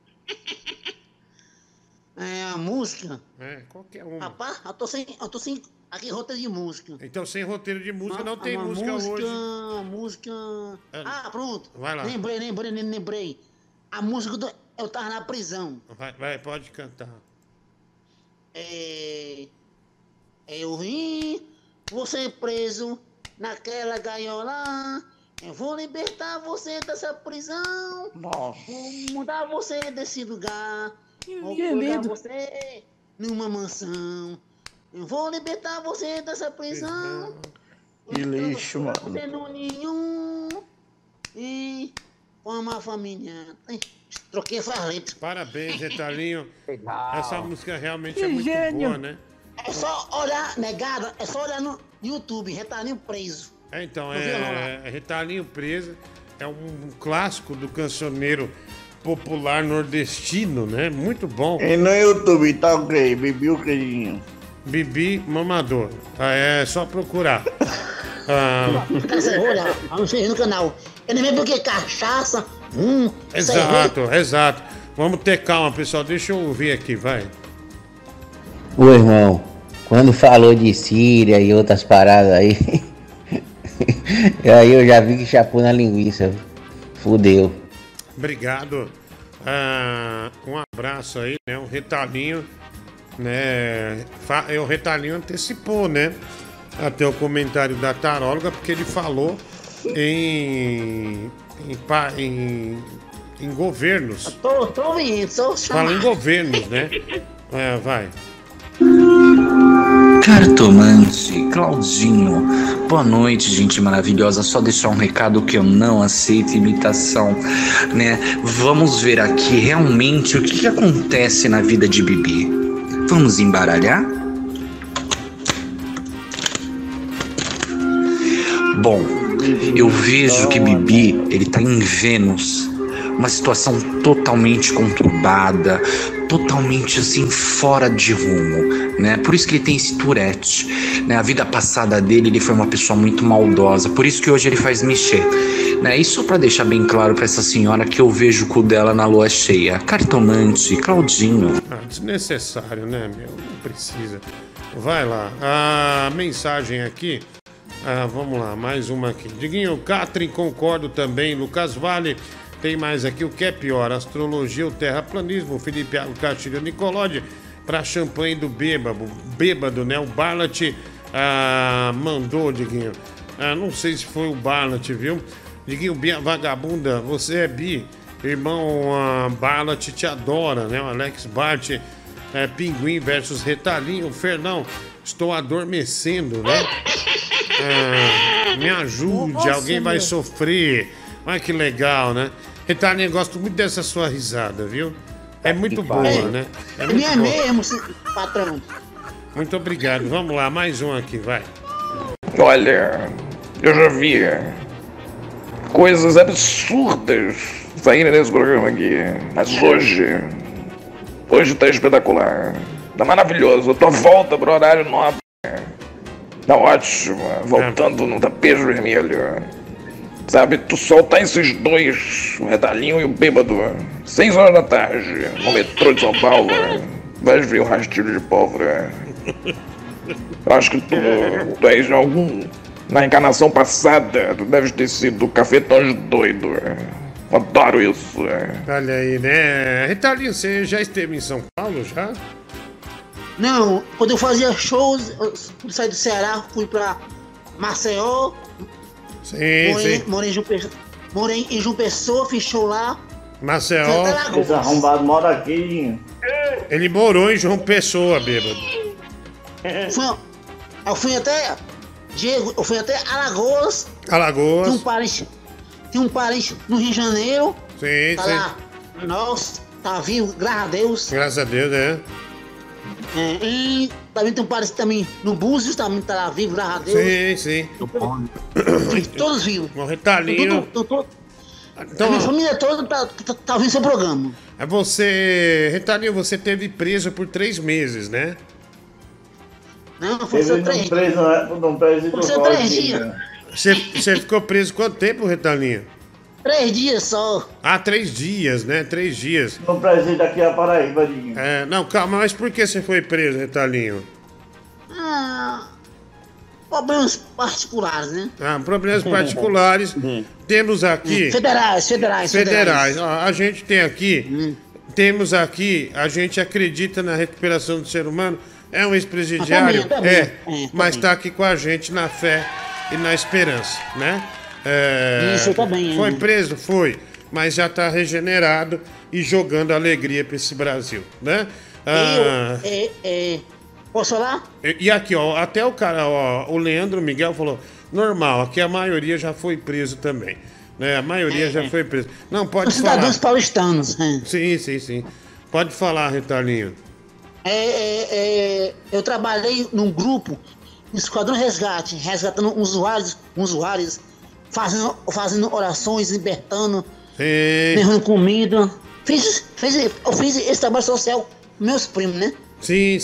A música? Qualquer uma. Rapaz, eu tô sem aqui roteiro de música. Então, sem roteiro de música, não tem música hoje. Música... Ah, pronto. Vai lá. Lembrei. A música do... Eu tava na prisão. Vai, pode cantar. Eu vim, você preso naquela gaiola. Eu vou libertar você dessa prisão. Nossa. Vou mudar você desse lugar. Vou Que colocar lindo. você numa mansão. Eu vou libertar você dessa prisão. Que lixo, mano. Você no ninho. E com uma família. Troquei as letras. Parabéns, Retalhinho. Essa música realmente é Que muito gênio. boa, né? É só olhar, negado, é só olhar no YouTube, Retalhinho Preso. Então, No violão lá. Retalhinho Preso é um clássico do cancioneiro popular nordestino, né? Muito bom. E no YouTube tá o quê? Bibi o queridinho. Bibi Mamador. É só procurar. Você olha, vamos ver no canal. Eu nem lembro porque cachaça. Exato. Vamos ter calma, pessoal. Deixa eu ouvir aqui, vai. Ô irmão, quando falou de Síria e outras paradas aí, aí eu já vi que chapou na linguiça. Fudeu. Obrigado. Um abraço aí, né? O Retalhinho, né? O Retalhinho antecipou, né? Até o comentário da taróloga, porque ele falou em governos. Tô ouvindo, sou chamado. Fala em governos, né? Vai. Cartomante, Claudinho, boa noite, gente maravilhosa. Só deixar um recado que eu não aceito imitação, né? Vamos ver aqui realmente o que acontece na vida de Bibi. Vamos embaralhar? Bom, eu vejo que Bibi, ele tá em Vênus, uma situação totalmente conturbada, totalmente assim fora de rumo, né? Por isso que ele tem esse Tourette, né? A vida passada dele, ele foi uma pessoa muito maldosa, por isso que hoje ele faz mexer, né? E só pra deixar bem claro pra essa senhora que eu vejo o cu dela na lua cheia. Cartomante, Claudinho. Desnecessário, né, meu? Não precisa. Vai lá. A mensagem aqui. Vamos lá, mais uma aqui. Diguinho, Catrin, concordo também. Lucas Vale, tem mais aqui. O que é pior? Astrologia ou terraplanismo? Felipe Castilho Nicolodi, pra champanhe do bêbado, né? O Barlat mandou, Diguinho. Não sei se foi o Barlat, viu? Diguinho, vagabunda, você é bi. Irmão Barlat te adora, né? O Alex Bart, Pinguim versus Retalinho. Fernão, estou adormecendo, né? Me ajude, alguém vai sofrer. Olha que legal, né? Retalinho, gosto muito dessa sua risada, viu? É muito boa, né? É muito boa. Mesmo, patrão. Muito obrigado. Vamos lá, mais um aqui, vai. Olha, eu já vi coisas absurdas saindo nesse programa aqui. Mas hoje tá espetacular. Tá maravilhoso. A tua volta pro horário nobre. Tá ótimo. Voltando no tapete vermelho. Sabe, tu soltar esses dois, o Retalinho e o bêbado, 6 horas da tarde, no metrô de São Paulo, vai ver o rastilho de pólvora. Eu acho que tu és algum... Na encarnação passada, tu deves ter sido cafetões doido. Adoro isso. Olha aí, né? Retalinho, você já esteve em São Paulo, já? Não, quando eu fazia shows, eu saí do Ceará, fui pra Maceió. Sim. Morei em João Pessoa, fiz show lá. Maceió. Esse arrombado mora aqui. Ele morou em João Pessoa, bêbado. Eu fui até... Diego, eu fui até Alagoas. Tinha um parente no Rio de Janeiro. Sim. Lá. Nossa, tá vivo, graças a Deus. Graças a Deus, né? E também tem um parente também no Búzios, também tá lá vivo, graças a Deus. Sim. Todos vivos. O Retalinho. Então, a minha família toda tá ouvindo seu programa. Retalinho, você teve preso por 3 meses, né? Não, foi só 3 dias. Você ficou preso quanto tempo, Retalinho? 3 dias só. 3 dias, né? 3 dias. No presídio aqui a Paraíba, Diguinho. Não, calma, mas por que você foi preso, Retalinho? Problemas particulares, né? Problemas particulares. Temos aqui... Federais. A gente tem aqui... Temos aqui... A gente acredita na recuperação do ser humano. É um ex-presidiário, mas tá aqui com a gente na fé e na esperança, né? Isso também. Foi preso? Foi, mas já tá regenerado e jogando alegria pra esse Brasil, né? Posso falar? E aqui, ó, até o cara, ó, o Leandro Miguel falou, normal, aqui a maioria já foi preso também, né? A maioria já foi preso. Não, pode falar. Cidadãos paulistanos. Sim. Pode falar, Retalinho. Eu trabalhei num grupo, no Esquadrão Resgate, resgatando usuários, fazendo orações, libertando, levando comida. Eu fiz esse trabalho social com meus primos, né? Sim.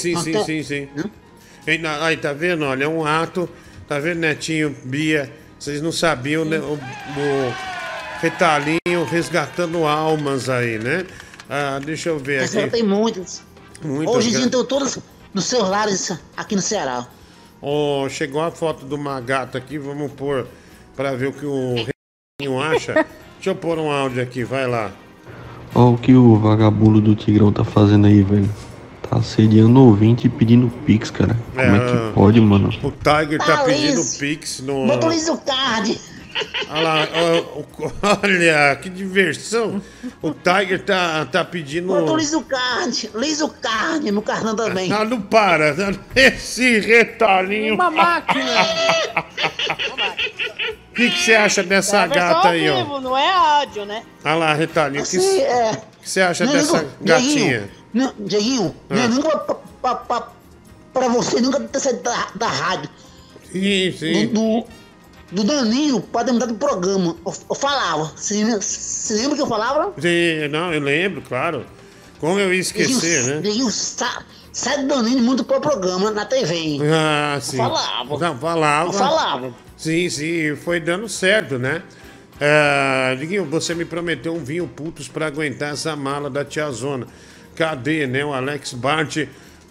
Aí, tá vendo? Olha, é um ato, tá vendo, Netinho, Bia? Vocês não sabiam, né? O Retalinho resgatando almas aí, né? Deixa eu ver aqui. Tem muitas. Hoje em dia estão todos nos seus lares aqui no Ceará. Chegou a foto de uma gata aqui, vamos pôr pra ver o que o Retalinho acha. Deixa eu pôr um áudio aqui, vai lá. Olha o que o vagabundo do Tigrão tá fazendo aí, velho. Tá assediando o ouvinte e pedindo pix, cara. Como é que pode, mano? O Tiger tá pedindo pix no... Motoriza o card. Olha lá, olha, que diversão. O Tiger tá pedindo... Motoriza o card, lisa o card no cartão também. Não para, esse Retalinho... Uma máquina. O que você acha dessa gata aí, ó? Vivo, não é áudio, né? Olha lá, Retalinho, o que você acha dessa gatinha? Dieguinho, nunca pra você nunca ter saído da rádio. Sim. Do Danilo, pode mudar do programa. Eu falava. Você lembra que eu falava? Sim, não, eu lembro, claro. Como eu ia esquecer, né? Dieguinho, sai do Danilo e muda pro programa na TV. Sim. Eu falava. Não, falava. Eu falava. Sim, foi dando certo, né? Diguinho, você me prometeu um vinho putos pra aguentar essa mala da tiazona. Cadê, né? O Alex Bart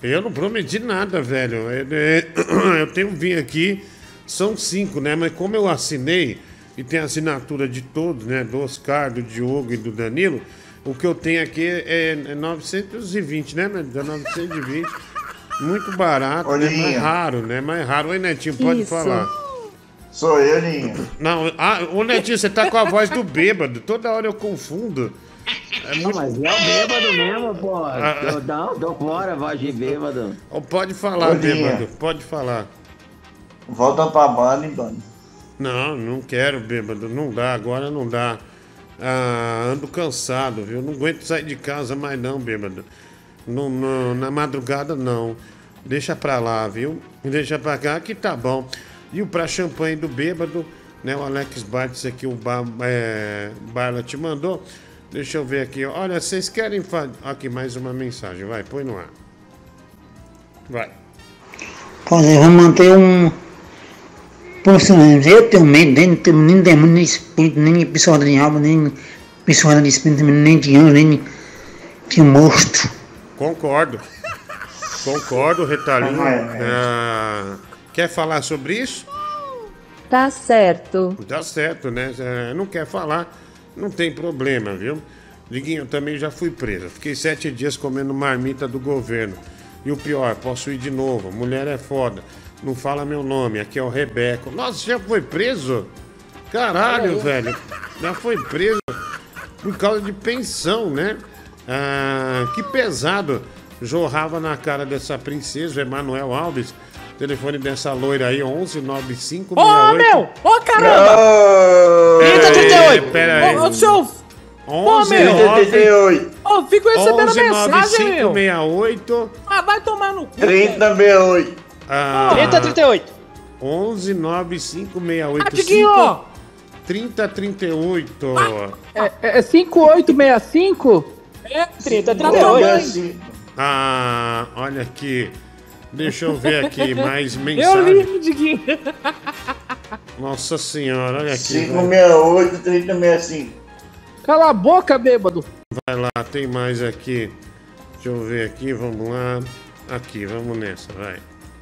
Eu não prometi nada, velho. Eu tenho um vinho aqui, são 5, né? Mas como eu assinei e tem a assinatura de todos, né? Do Oscar, do Diogo e do Danilo, o que eu tenho aqui é 920, né, meu? 920. Muito barato, né? Mais raro, né? Mais raro. Oi, Netinho, pode falar. Sou eu, Ninho. Não, ô Netinho, você tá com a voz do bêbado. Toda hora eu confundo. É muito... Não, mas é o bêbado mesmo, pô. Tô fora, voz de bêbado. Pode falar, bêbado. Pode falar. Volta pra banda, hein, Dona? Não quero, bêbado. Não dá, agora não dá. Ando cansado, viu? Não aguento sair de casa mais não, bêbado. Na madrugada, não. Deixa pra lá, viu? Deixa pra cá que tá bom. E o pra champanhe do bêbado, né? O Alex Bartz aqui, o Barla te mandou. Deixa eu ver aqui. Olha, vocês querem fazer... Aqui, mais uma mensagem. Vai, põe no ar. Vai. Pois é, vamos manter um... Posicionamento. Eu tenho medo, nem demônio, nem espírito, nem episódio de alma, nem episódio de espírito, nem de anjo, nem de monstro. Concordo, Retalhinho. Quer falar sobre isso? Tá certo. Tá certo, né? Não quer falar, não tem problema, viu? Diguinho, eu também já fui preso. Fiquei 7 dias comendo marmita do governo. E o pior, posso ir de novo. Mulher é foda. Não fala meu nome, aqui é o Rebeco. Nossa, já foi preso? Caralho, velho. Já foi preso por causa de pensão, né? Que pesado. Jorrava na cara dessa princesa, Emanuel Alves. Telefone dessa loira aí, 119568. Ô, meu! Ô, caramba! 3038! Pera aí. Ô, seu... 1138. Ô, fico recebendo mensagem, meu. 119568. Vai tomar no cu. 3068. 3038. 119568. 3038. É 5865? É 3038. Olha aqui. Deixa eu ver aqui mais mensagem. Eu li, Diguinho. Nossa senhora, olha aqui. 568, 3065. Cala a boca, bêbado. Vai lá, tem mais aqui. Deixa eu ver aqui, vamos lá. Aqui, vamos nessa, vai.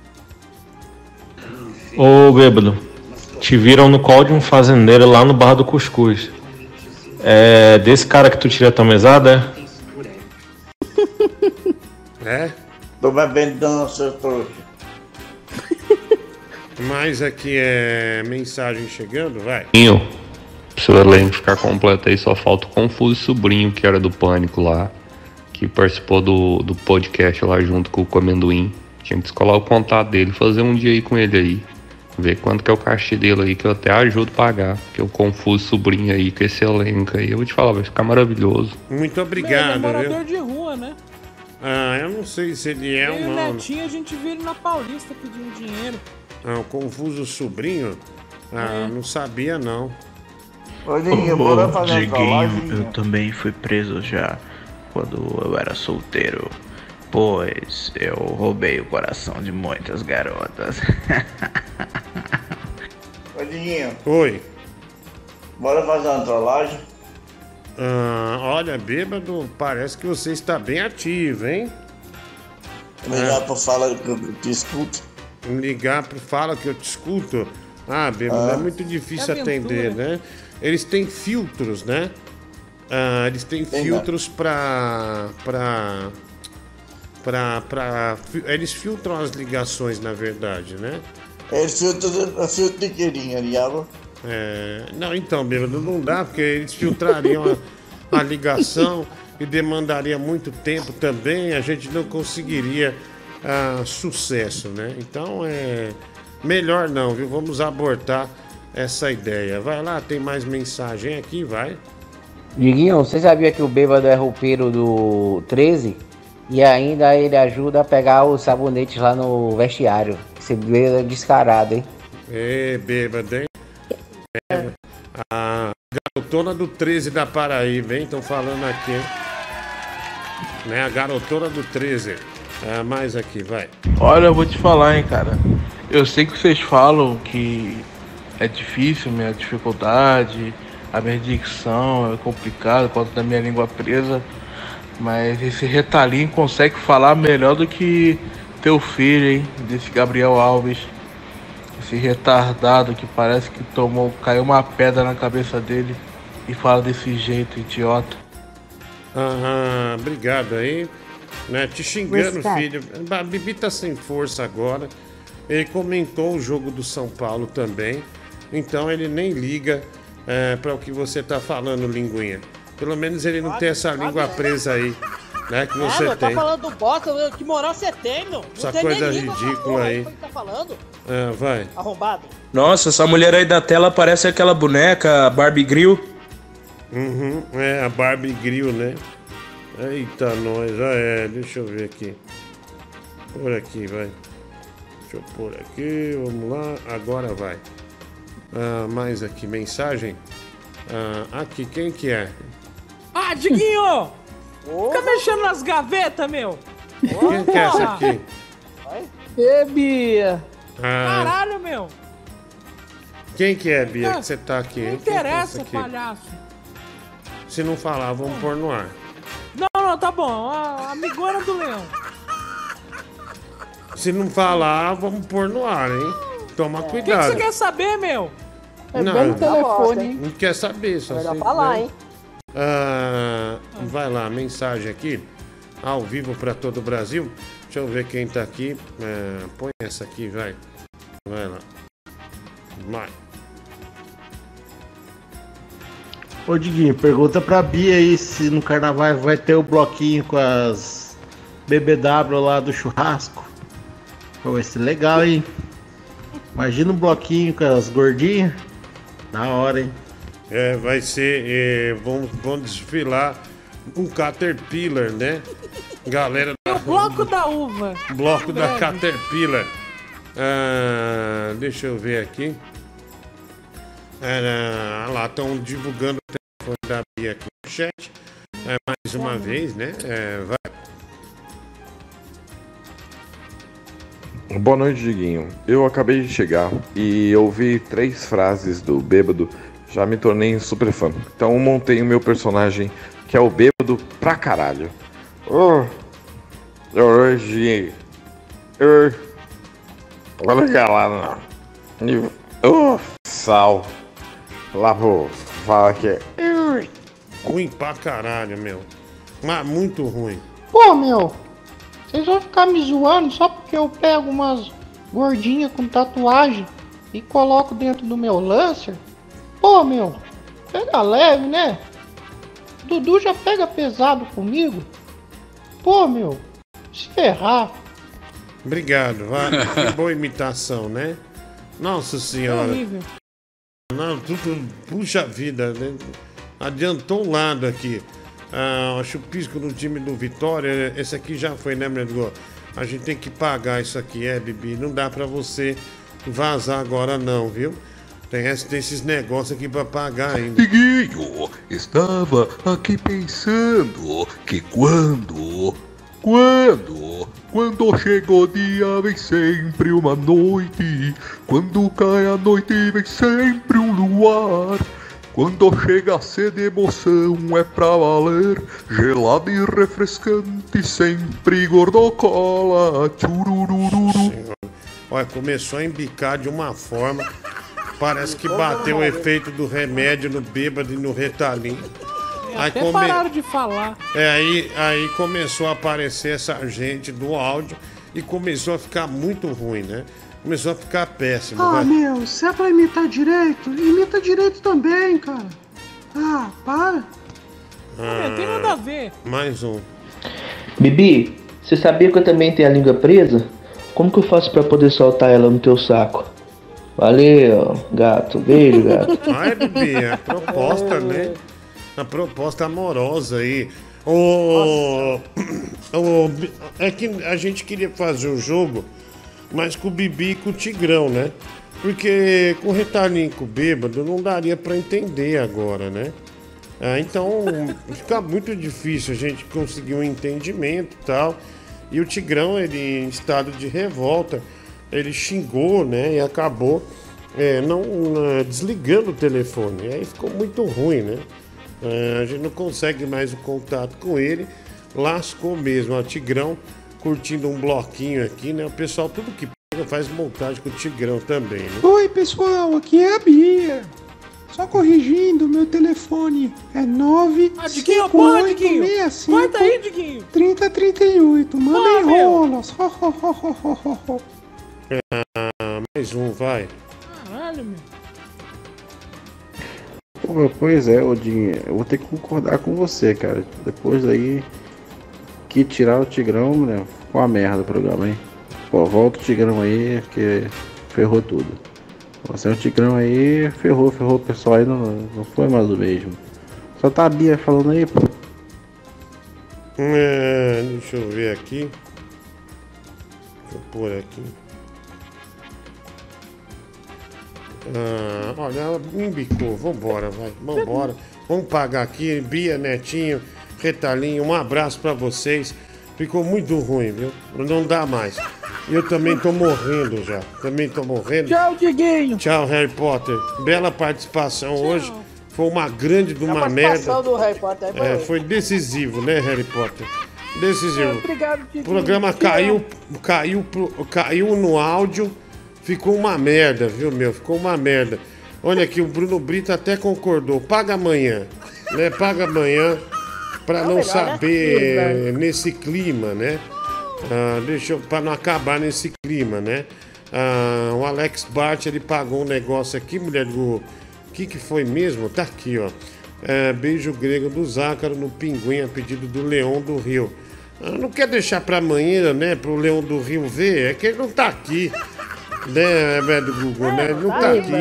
Ô, bêbado, te viram no call de um fazendeiro lá no Bar do Cuscuz. É desse cara que tu tira a tua mesada, é? Tô bebendo dança, trouxa. Mais aqui é mensagem chegando, vai. Seu elenco ficar completo aí, só falta o Confuso Sobrinho, que era do Pânico lá, que participou do podcast lá junto com o Amendoim. Tinha que descolar o contato dele, fazer um dia aí com ele aí. Ver quanto que é o cachê dele aí, que eu até ajudo a pagar. Que é o Confuso Sobrinho aí, com esse elenco aí. Eu vou te falar, vai ficar maravilhoso. Muito obrigado, Ele é morador viu? de rua, né? Eu não sei se ele é ou E o não. Netinho, a gente viu ele na Paulista pedindo dinheiro. O Confuso Sobrinho? Não sabia não. Diguinho, eu também fui preso já quando eu era solteiro, pois eu roubei o coração de muitas garotas. Ô, Diguinho. Oi. Bora fazer uma trollagem? Olha, bêbado, parece que você está bem ativo, hein? Ligar pro Fala que eu te escuto. Ligar pro Fala que eu te escuto? Bêbado, é muito difícil atender, né? Eles têm filtros, né? Eles têm filtros eles filtram as ligações, na verdade, né? Eles filtram de queirinha, diabo. Não, então, bêbado, não dá, porque eles filtrariam a ligação e demandaria muito tempo também, a gente não conseguiria sucesso, né? Então, melhor não, viu? Vamos abortar essa ideia. Vai lá, tem mais mensagem aqui, vai. Diguinho, você sabia que o bêbado é roupeiro do 13? E ainda ele ajuda a pegar os sabonetes lá no vestiário. Esse bêbado é descarado, hein? Bêbado, hein? A garotona do 13 da Paraíba, hein? Estão falando aqui, hein? Né? A garotona do 13. Mais aqui, vai. Olha, eu vou te falar, hein, cara. Eu sei que vocês falam que é difícil, minha dificuldade, a minha dicção é complicada por causa da minha língua presa. Mas esse retalhinho consegue falar melhor do que teu filho, hein? Desse Gabriel Alves. Esse retardado que parece que caiu uma pedra na cabeça dele e fala desse jeito, idiota. Aham, obrigado aí. Né, te xingando, filho. A Bibi tá sem força agora. Ele comentou o jogo do São Paulo também. Então ele nem liga para o que você tá falando, linguinha. Pelo menos ele não tem essa língua presa aí, né? Que você meu, tem. tá falando do bosta, que moral você tem, meu? Essa coisa ridícula aí. Que tá falando? Vai. Arrombado. Nossa, essa mulher aí da tela parece aquela boneca Barbie Grill. Uhum, a Barbie Grill, né? Eita, nós. Deixa eu ver aqui. Por aqui, vai. Deixa eu pôr aqui, vamos lá. Agora vai. Mais aqui, mensagem. Aqui, quem que é? Diguinho! Fica mexendo nas gavetas, meu! Quem que é essa aqui? Bia! Caralho, meu! Quem que é, Bia, que você tá aqui? Não interessa, palhaço! Se não falar, vamos pôr no ar. Não, tá bom. A amigona do Leão. Se não falar, vamos pôr no ar, hein? Toma cuidado. O que você quer saber, meu? Não, telefone. Não quer saber, só Melhor se, falar, né? hein? Vai lá, mensagem aqui, ao vivo para todo o Brasil. Deixa eu ver quem tá aqui. Põe essa aqui, vai. Vai lá. Vai. Ô Diguinho, pergunta pra Bia aí se no carnaval vai ter o bloquinho com as BBW lá do churrasco. Pô, vai ser legal, hein? Imagina um bloquinho com as gordinhas. Da hora, hein? Vai ser. Vão desfilar um Caterpillar, né? Galera da. O bloco da uva. Bloco da Caterpillar. Deixa eu ver aqui. Lá, estão divulgando o telefone da Bia aqui no chat. Mais uma vez, né? Vai. Boa noite, Diguinho. Eu acabei de chegar e ouvi 3 frases do Bêbado, já me tornei super fã. Então montei o meu personagem, que é o Bêbado pra caralho. Hoje... Olha lá, sal. Lá vou falar que é... Ruim pra caralho, meu. Mas muito ruim. Pô, meu, vocês vão ficar me zoando só porque eu pego umas gordinhas com tatuagem e coloco dentro do meu Lancer? Pô, meu, pega leve, né? Dudu já pega pesado comigo. Pô, meu, se ferrar. Obrigado, vai. Que boa imitação, né? Nossa senhora. Não, tudo, puxa vida, né? Adiantou um lado aqui. O chupisco no time do Vitória, esse aqui já foi, né, Medgol? A gente tem que pagar isso aqui, Bibi? Não dá pra você vazar agora não, viu? Tem esses negócios aqui pra pagar ainda. Diguinho, estava aqui pensando que quando chega o dia vem sempre uma noite, quando cai a noite vem sempre um luar. Quando chega a sede, emoção é pra valer, gelado e refrescante, sempre gordocola, tchururururu. Olha, começou a embicar de uma forma, parece que bateu o efeito do remédio no bêbado e no retalhinho. Até pararam de falar. Aí começou a aparecer essa gente do áudio e começou a ficar muito ruim, né? Começou a ficar péssimo. Meu, se é pra imitar direito, imita direito também, cara. Para. Não tem nada a ver. Mais um. Bibi, você sabia que eu também tenho a língua presa? Como que eu faço pra poder soltar ela no teu saco? Valeu, gato. Beijo, gato. Bibi, a proposta, né? A proposta amorosa aí. É que a gente queria fazer o jogo, mas com o Bibi e com o Tigrão, né? Porque com o retalhinho com o bêbado não daria pra entender agora, né? Então fica muito difícil a gente conseguir um entendimento e tal. E o Tigrão, ele em estado de revolta, ele xingou, né? E acabou desligando o telefone. Aí ficou muito ruim, né? A gente não consegue mais o contato com ele, lascou mesmo. Ó, Tigrão curtindo um bloquinho aqui, né? O pessoal, tudo que pega faz montagem com o Tigrão também, né? Oi, pessoal, aqui é a Bia. Só corrigindo, meu telefone é 95865 Corta aí, Diguinho. 3038. Mandem rolas. Mais um, vai. Caralho, meu. Pô, pois é, Odin, eu vou ter que concordar com você, cara. Depois daí que tirar o Tigrão, né? Ficou uma merda o programa, hein? Pô, volta o Tigrão aí, que ferrou tudo. Você é o Tigrão aí, ferrou o pessoal aí, não foi mais o mesmo. Só tá a Bia falando aí, pô. Deixa eu ver aqui. Deixa eu pôr aqui. Olha, ela me embicou. Vambora, vai. Vambora. Vamos pagar aqui. Bia, Netinho, Retalhinho, um abraço pra vocês. Ficou muito ruim, viu? Não dá mais. Eu também tô morrendo já. Também tô morrendo. Tchau, Diguinho. Tchau, Harry Potter. Bela participação hoje. Foi uma grande de uma merda. Do Harry Potter Foi decisivo, né, Harry Potter? Decisivo. Obrigado, O Diguinho. programa caiu no áudio. Ficou uma merda, viu, meu? Ficou uma merda. Olha aqui, o Bruno Brito até concordou. Paga amanhã, né? Paga amanhã pra não saber nesse clima, né? Pra não acabar nesse clima, né? O Alex Bart, ele pagou um negócio aqui, mulher do... O que foi mesmo? Tá aqui, ó. Beijo grego do Zácaro no Pinguim, a pedido do Leão do Rio. Não quer deixar pra amanhã, né? Pro Leão do Rio ver? É que ele não tá aqui. Né, do Google, né? Ele não tá aqui.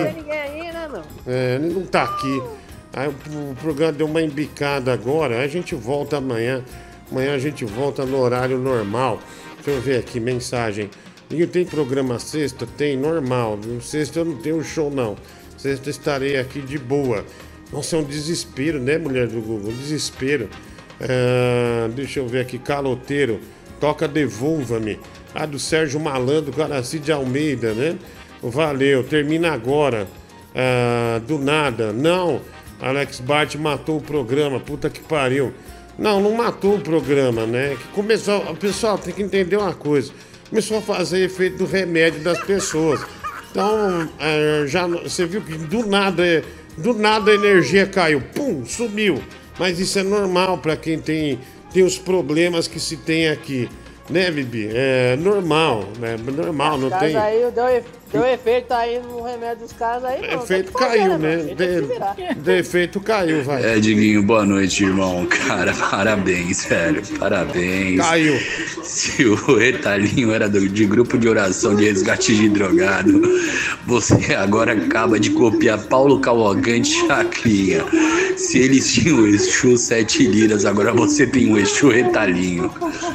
Ele não tá aqui. Aí o programa deu uma embicada agora. Aí a gente volta amanhã. Amanhã a gente volta no horário normal. Deixa eu ver aqui, mensagem. E tem programa sexta? Tem, normal. Sexta eu não tenho show, não. Sexta estarei aqui de boa. Nossa, é um desespero, né, mulher do Google? Um desespero. Deixa eu ver aqui, Caloteiro. Toca Devolva-me. Do Sérgio Malandro, Guaraci de Almeida, né? Valeu, termina agora. Do nada. Não, Alex Bart matou o programa, puta que pariu. Não matou o programa, né? Que começou. Pessoal, tem que entender uma coisa. Começou a fazer efeito do remédio das pessoas. Então, você viu que do nada a energia caiu. Pum, sumiu. Mas isso é normal para quem tem os problemas que se tem aqui. Né, Bibi? É normal, né? Normal, não tem... Aí deu efeito aí no remédio dos caras aí, não. Efeito caiu, né? Defeito caiu, vai. Diguinho, boa noite, irmão. Cara, parabéns, sério, parabéns. Caiu. Se o Retalhinho era de grupo de oração de resgate de drogado, você agora acaba de copiar Paulo Cavalcante e Chacrinha. Se eles tinham o Exu 7 liras, agora você tem o Exu Retalhinho.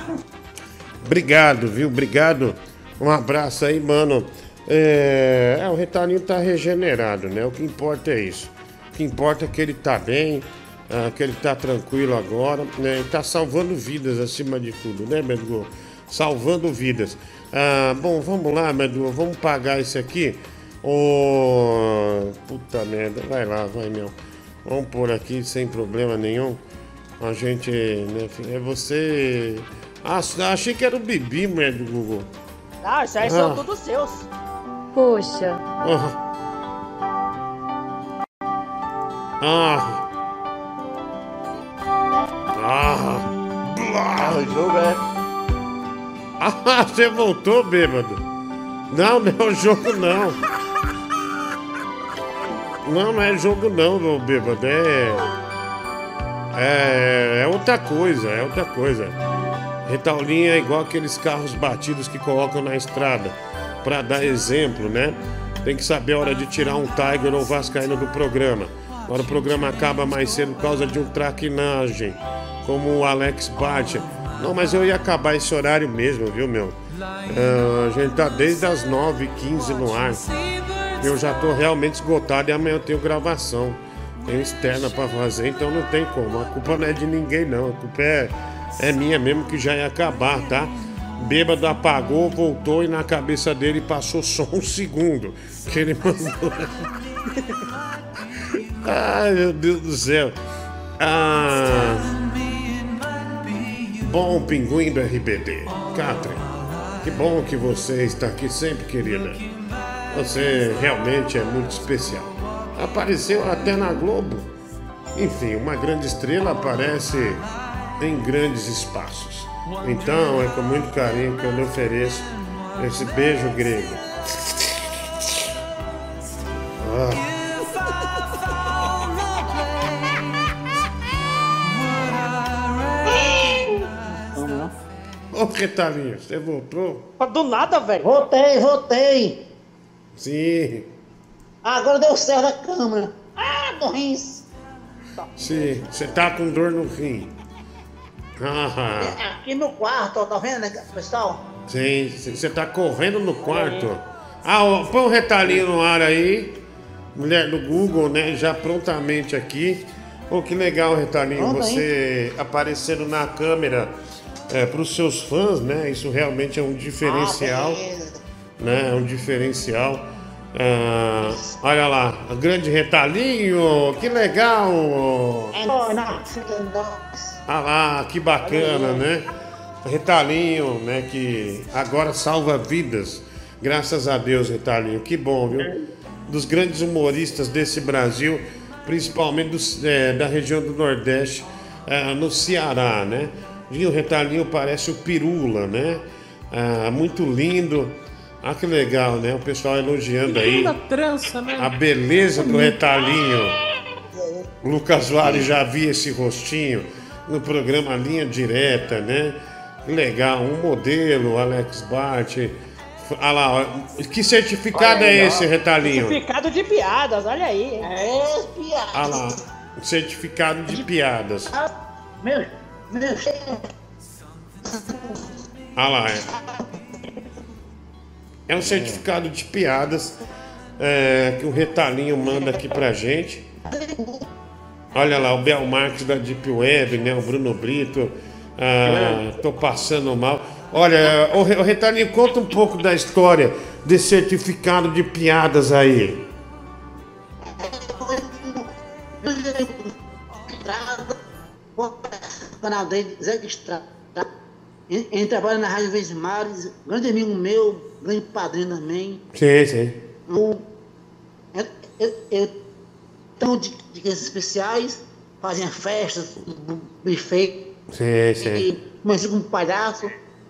Obrigado, viu? Obrigado. Um abraço aí, mano. O Retalhinho tá regenerado, né? O que importa é isso. O que importa é que ele tá bem, que ele tá tranquilo agora, né? Ele tá salvando vidas acima de tudo, né, Medu? Salvando vidas. Bom, vamos lá, Medu. Vamos pagar isso aqui. Puta merda. Vai lá, vai, meu. Vamos pôr aqui sem problema nenhum. A gente, né, é você... achei que era o Bibi, mulher do Google. Isso aí são todos seus. Poxa. O jogo você voltou, bêbado. Não é o jogo, não. Não é jogo, não, meu bêbado. É outra coisa, Retaulinho é igual aqueles carros batidos que colocam na estrada, pra dar exemplo, né? Tem que saber a hora de tirar um Tiger ou Vascaíno do programa. Agora o programa acaba mais cedo por causa de um traquinagem, como o Alex Bart. Não, mas eu ia acabar esse horário mesmo, viu, meu? A gente tá desde as 9h15 no ar. Eu já tô realmente esgotado e amanhã eu tenho gravação. Tenho externa pra fazer, então não tem como. A culpa não é de ninguém, não. A culpa é minha mesmo, que já ia acabar, tá? Bêbado apagou, voltou e na cabeça dele passou só um segundo que ele mandou. Ai, meu Deus do céu. bom pinguim do RBD. Catherine, que bom que você está aqui sempre, querida. Você realmente é muito especial. Apareceu até na Globo. Enfim, uma grande estrela aparece em grandes espaços. Então é com muito carinho que eu lhe ofereço esse beijo grego. Ô, Retalinho, você voltou? Do nada, velho. Voltei. Sim. Agora deu certo a câmera. Do rins. Sim, você tá com dor no rim. Aqui no quarto, ó, tá vendo, né, pessoal? Sim, você tá correndo no quarto. Ó, põe um retalhinho no ar aí. Mulher do Google, né? Já prontamente aqui. Pô, que legal, Retalhinho. Pronto, você aparecendo na câmera para os seus fãs, né? Isso realmente é um diferencial. Né? É um diferencial. Olha lá, o grande Retalhinho. Que legal. Ah lá, que bacana, né? Retalhinho, né? Que agora salva vidas. Graças a Deus, Retalhinho. Que bom, viu? Dos grandes humoristas desse Brasil, principalmente da região do Nordeste, no Ceará, né? E o Retalhinho parece o Pirula, né? Muito lindo. Ah, que legal, né? O pessoal elogiando aí trança, né? a beleza do Retalhinho. O Lucas Vale já via esse rostinho no programa Linha Direta, né? Que legal, um modelo, Alex Bart. Olha lá, que certificado é esse, Retalhinho? Certificado de piadas, olha aí. Piadas. Olha lá, certificado de piadas. Meu. Olha lá, é um certificado de piadas que o Retalhinho manda aqui pra gente. Olha lá, o Bel Marques da Deep Web, né? O Bruno Brito. Tô passando mal. Olha, o Retalhinho, conta um pouco da história desse certificado de piadas aí. O canal dele, Zé de Estrada. Ele trabalha na Rádio Verdes Mares, grande amigo meu, grande padrinho também. Sim. Eu tenho dicas especiais, fazem festas, buffet. Sim. Comecei com um palhaço.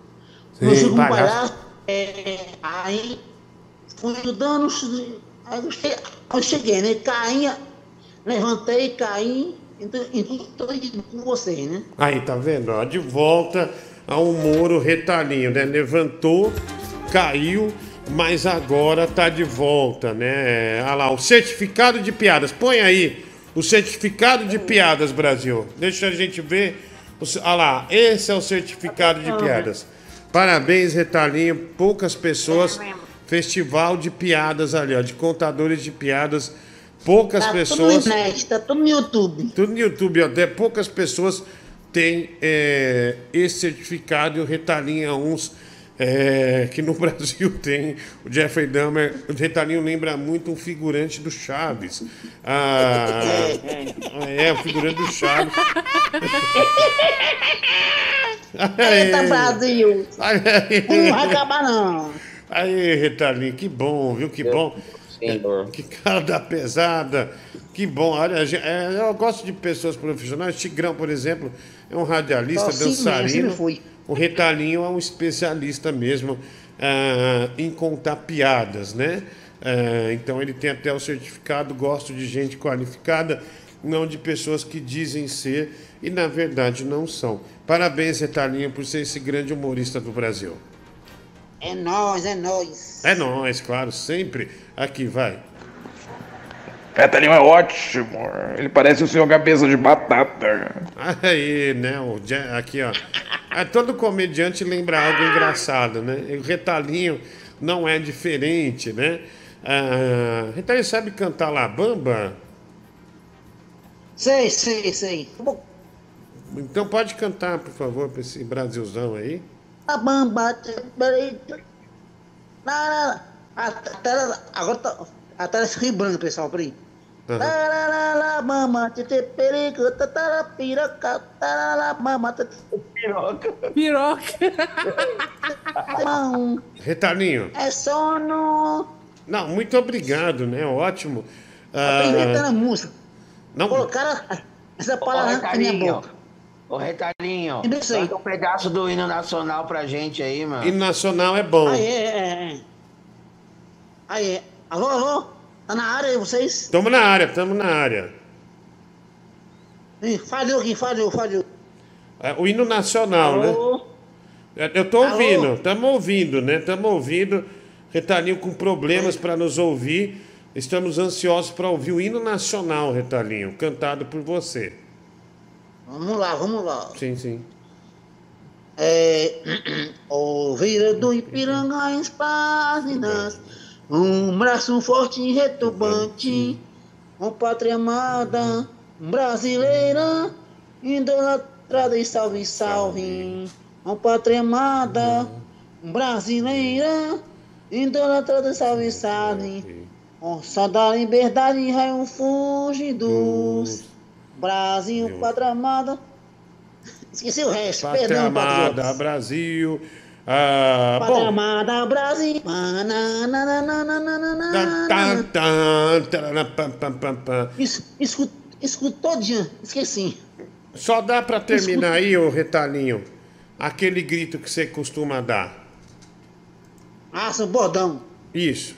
Aí fui ajudando, aí eu cheguei, né? Levantei, caí, então estou com vocês, né? Aí, tá vendo? Ó, de volta ao humor, o Retalhinho, né? Levantou, caiu, mas agora tá de volta, né? Olha lá, o certificado de piadas. Põe aí o certificado de piadas, Brasil. Deixa a gente ver. Olha lá, esse é o certificado de piadas. Parabéns, Retalhinho. Poucas pessoas. Festival de piadas ali, ó. De contadores de piadas. Poucas pessoas. Tá tudo no YouTube. Tudo no YouTube, ó. Poucas pessoas têm esse certificado e o Retalhinho é uns que no Brasil tem. O Jeffrey Dahmer. O Retalhinho lembra muito um figurante do Chaves. O figurante do Chaves. Eita, Brasil! Não vai acabar, não. Aí, Retalhinho, que bom, viu? Que bom. Que cara da pesada. Que bom. Olha, eu gosto de pessoas profissionais. Tigrão, por exemplo, é um radialista, dançarino. O Retalhinho é um especialista mesmo em contar piadas, né? Então ele tem até o certificado. Gosto de gente qualificada, não de pessoas que dizem ser e na verdade não são. Parabéns, Retalhinho, por ser esse grande humorista do Brasil. É nóis. É nóis, claro, sempre. Aqui, vai. Retalhinho é ótimo. Ele parece o senhor cabeça de batata. Aí, né? Aqui, ó. Todo comediante lembra algo engraçado, né? O Retalhinho não é diferente, né? Retalhinho sabe cantar La Bamba? Sei. Então pode cantar, por favor, pra esse Brasilzão aí. La Bamba. Agora a tela fica em branco, pessoal, peraí. Tarará, mama, tete perigo, tatara, piroca, tarará, mama, tete piroca. Piroca. Não, Retalhinho. é sono. Não, muito obrigado, né? Ótimo. Tá inventando a música. Não. Colocaram essa palavra na minha boca. Ô, Retalhinho, Isso aí. canta um pedaço do hino nacional pra gente aí, mano. Hino nacional é bom. Aí, alô, alô? Tá na área aí, vocês? Tamo na área. Ih, falhou aqui, falhou. É, o hino nacional, Alô? né? Eu tô ouvindo, Alô? estamos ouvindo, né? Estamos ouvindo. Retalhinho com problemas para nos ouvir. Estamos ansiosos para ouvir o hino nacional, Retalhinho, cantado por você. Vamos lá. Sim. Ouvira do Ipiranga em páginas, um braço forte e retumbante, uma pátria amada, brasileira, idolatrada e salve, salve. Uma pátria amada, brasileira, idolatrada e salve, salve. Só da liberdade raiam fugidos. Brasil, pátria amada. Esqueci o resto, Pátria perdão, amada, patriotas. Brasil. Pátria amada, Brasil. Escutou, Jean? Esqueci. Só dá pra terminar aí, ô Retalhinho, aquele grito que você costuma dar. Ah, seu bordão. Isso.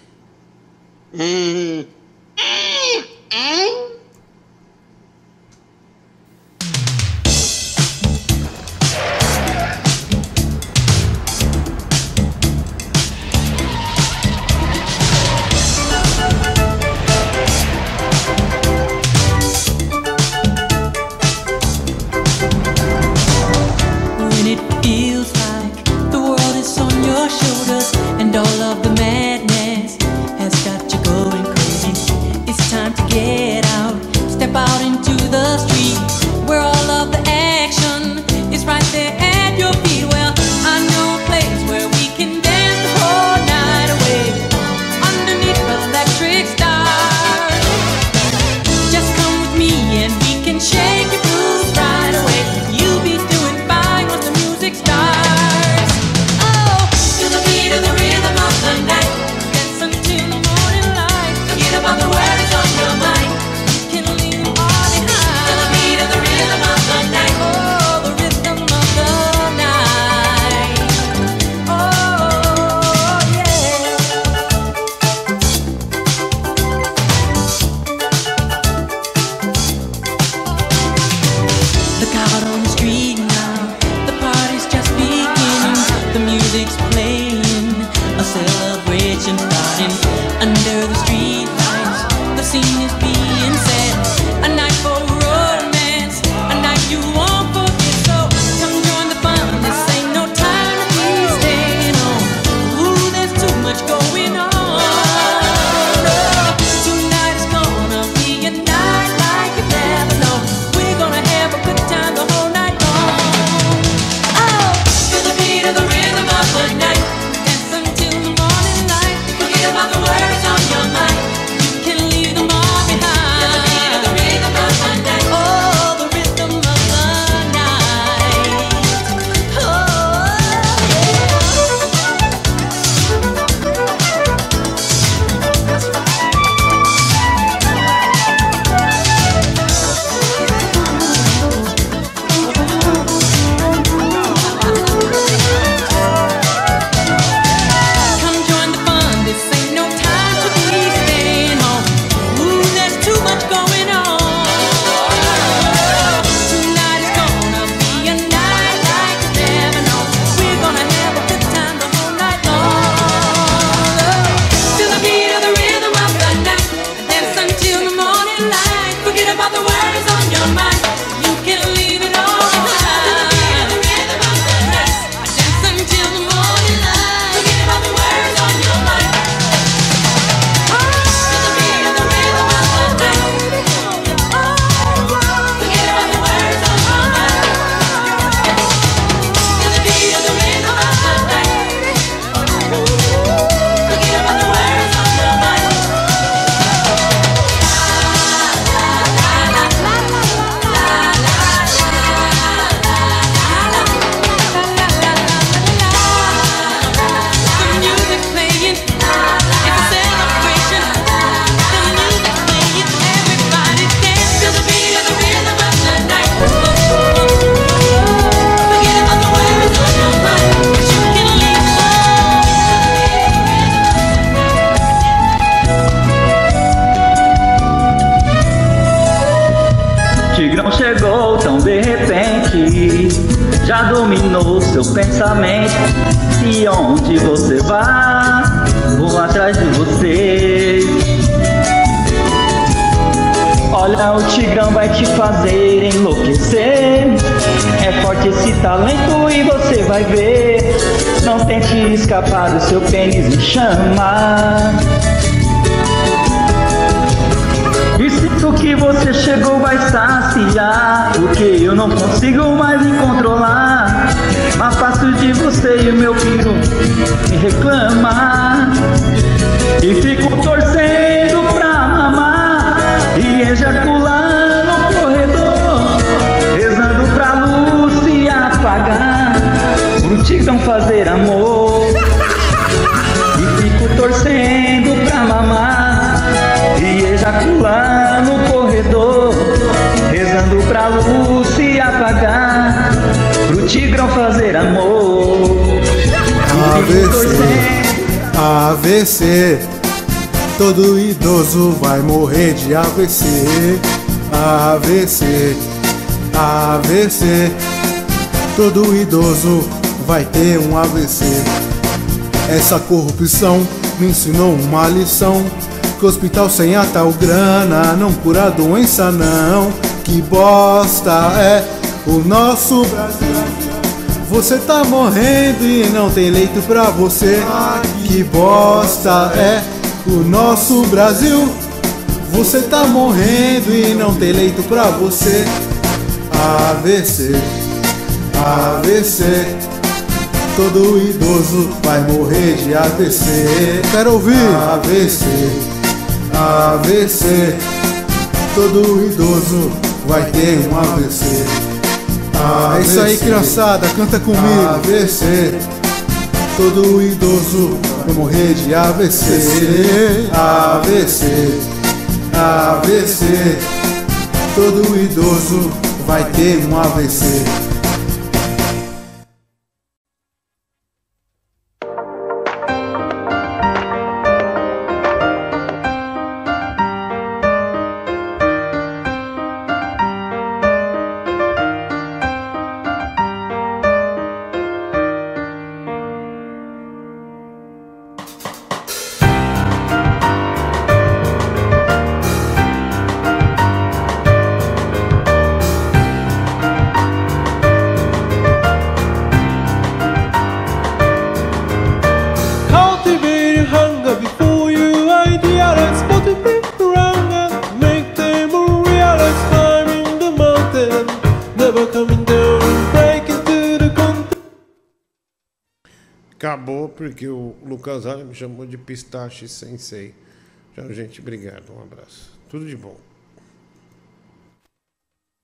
When it feels like the world is on your shoulders and all of the madness has got you going crazy, it's time to get out, step out into the street where all of the action is right there at your feet. Well, I know a place where we can dance the whole night away underneath the electric stars. Just come with me and we can shake your blues right away. You'll be doing fine once the music starts. Oh, to the beat of the rhythm of the night, dance until the morning light. Forget about the worries on your mind, you can leave them all behind. Tigrão chegou tão de repente, já dominou seu pensamento. E onde você vai, vou atrás de você. Olha, o Tigrão vai te fazer enlouquecer. É forte esse talento e você vai ver. Não tente escapar do seu pênis em chama. E sinto que você chegou vai saciar, porque eu não consigo mais me controlar. Mas faço de você e o meu filho me reclama. E fico torcendo pra mamar e ejacular no corredor, rezando pra luz se apagar, pro Tigrão fazer amor. E fico torcendo pra mamar e ejacular no corredor, rezando pra luz se apagar, pro Tigrão fazer amor. AVC, AVC, todo idoso vai morrer de AVC. AVC, AVC, todo idoso vai ter um AVC. Essa corrupção me ensinou uma lição, que hospital sem a tal grana não cura a doença não. Que bosta é o nosso Brasil. Você tá morrendo e não tem leito pra você. Que bosta é o nosso Brasil. Você tá morrendo e não tem leito pra você. AVC, AVC, todo idoso vai morrer de AVC. Quero ouvir. AVC, AVC, todo idoso vai ter um AVC. É isso aí, criançada, canta comigo. AVC, todo idoso vai morrer de AVC. AVC, AVC, todo idoso vai ter um AVC. Acabou porque o Lucas Alves me chamou de Pistache Sensei. Tchau, gente. Obrigado. Um abraço. Tudo de bom.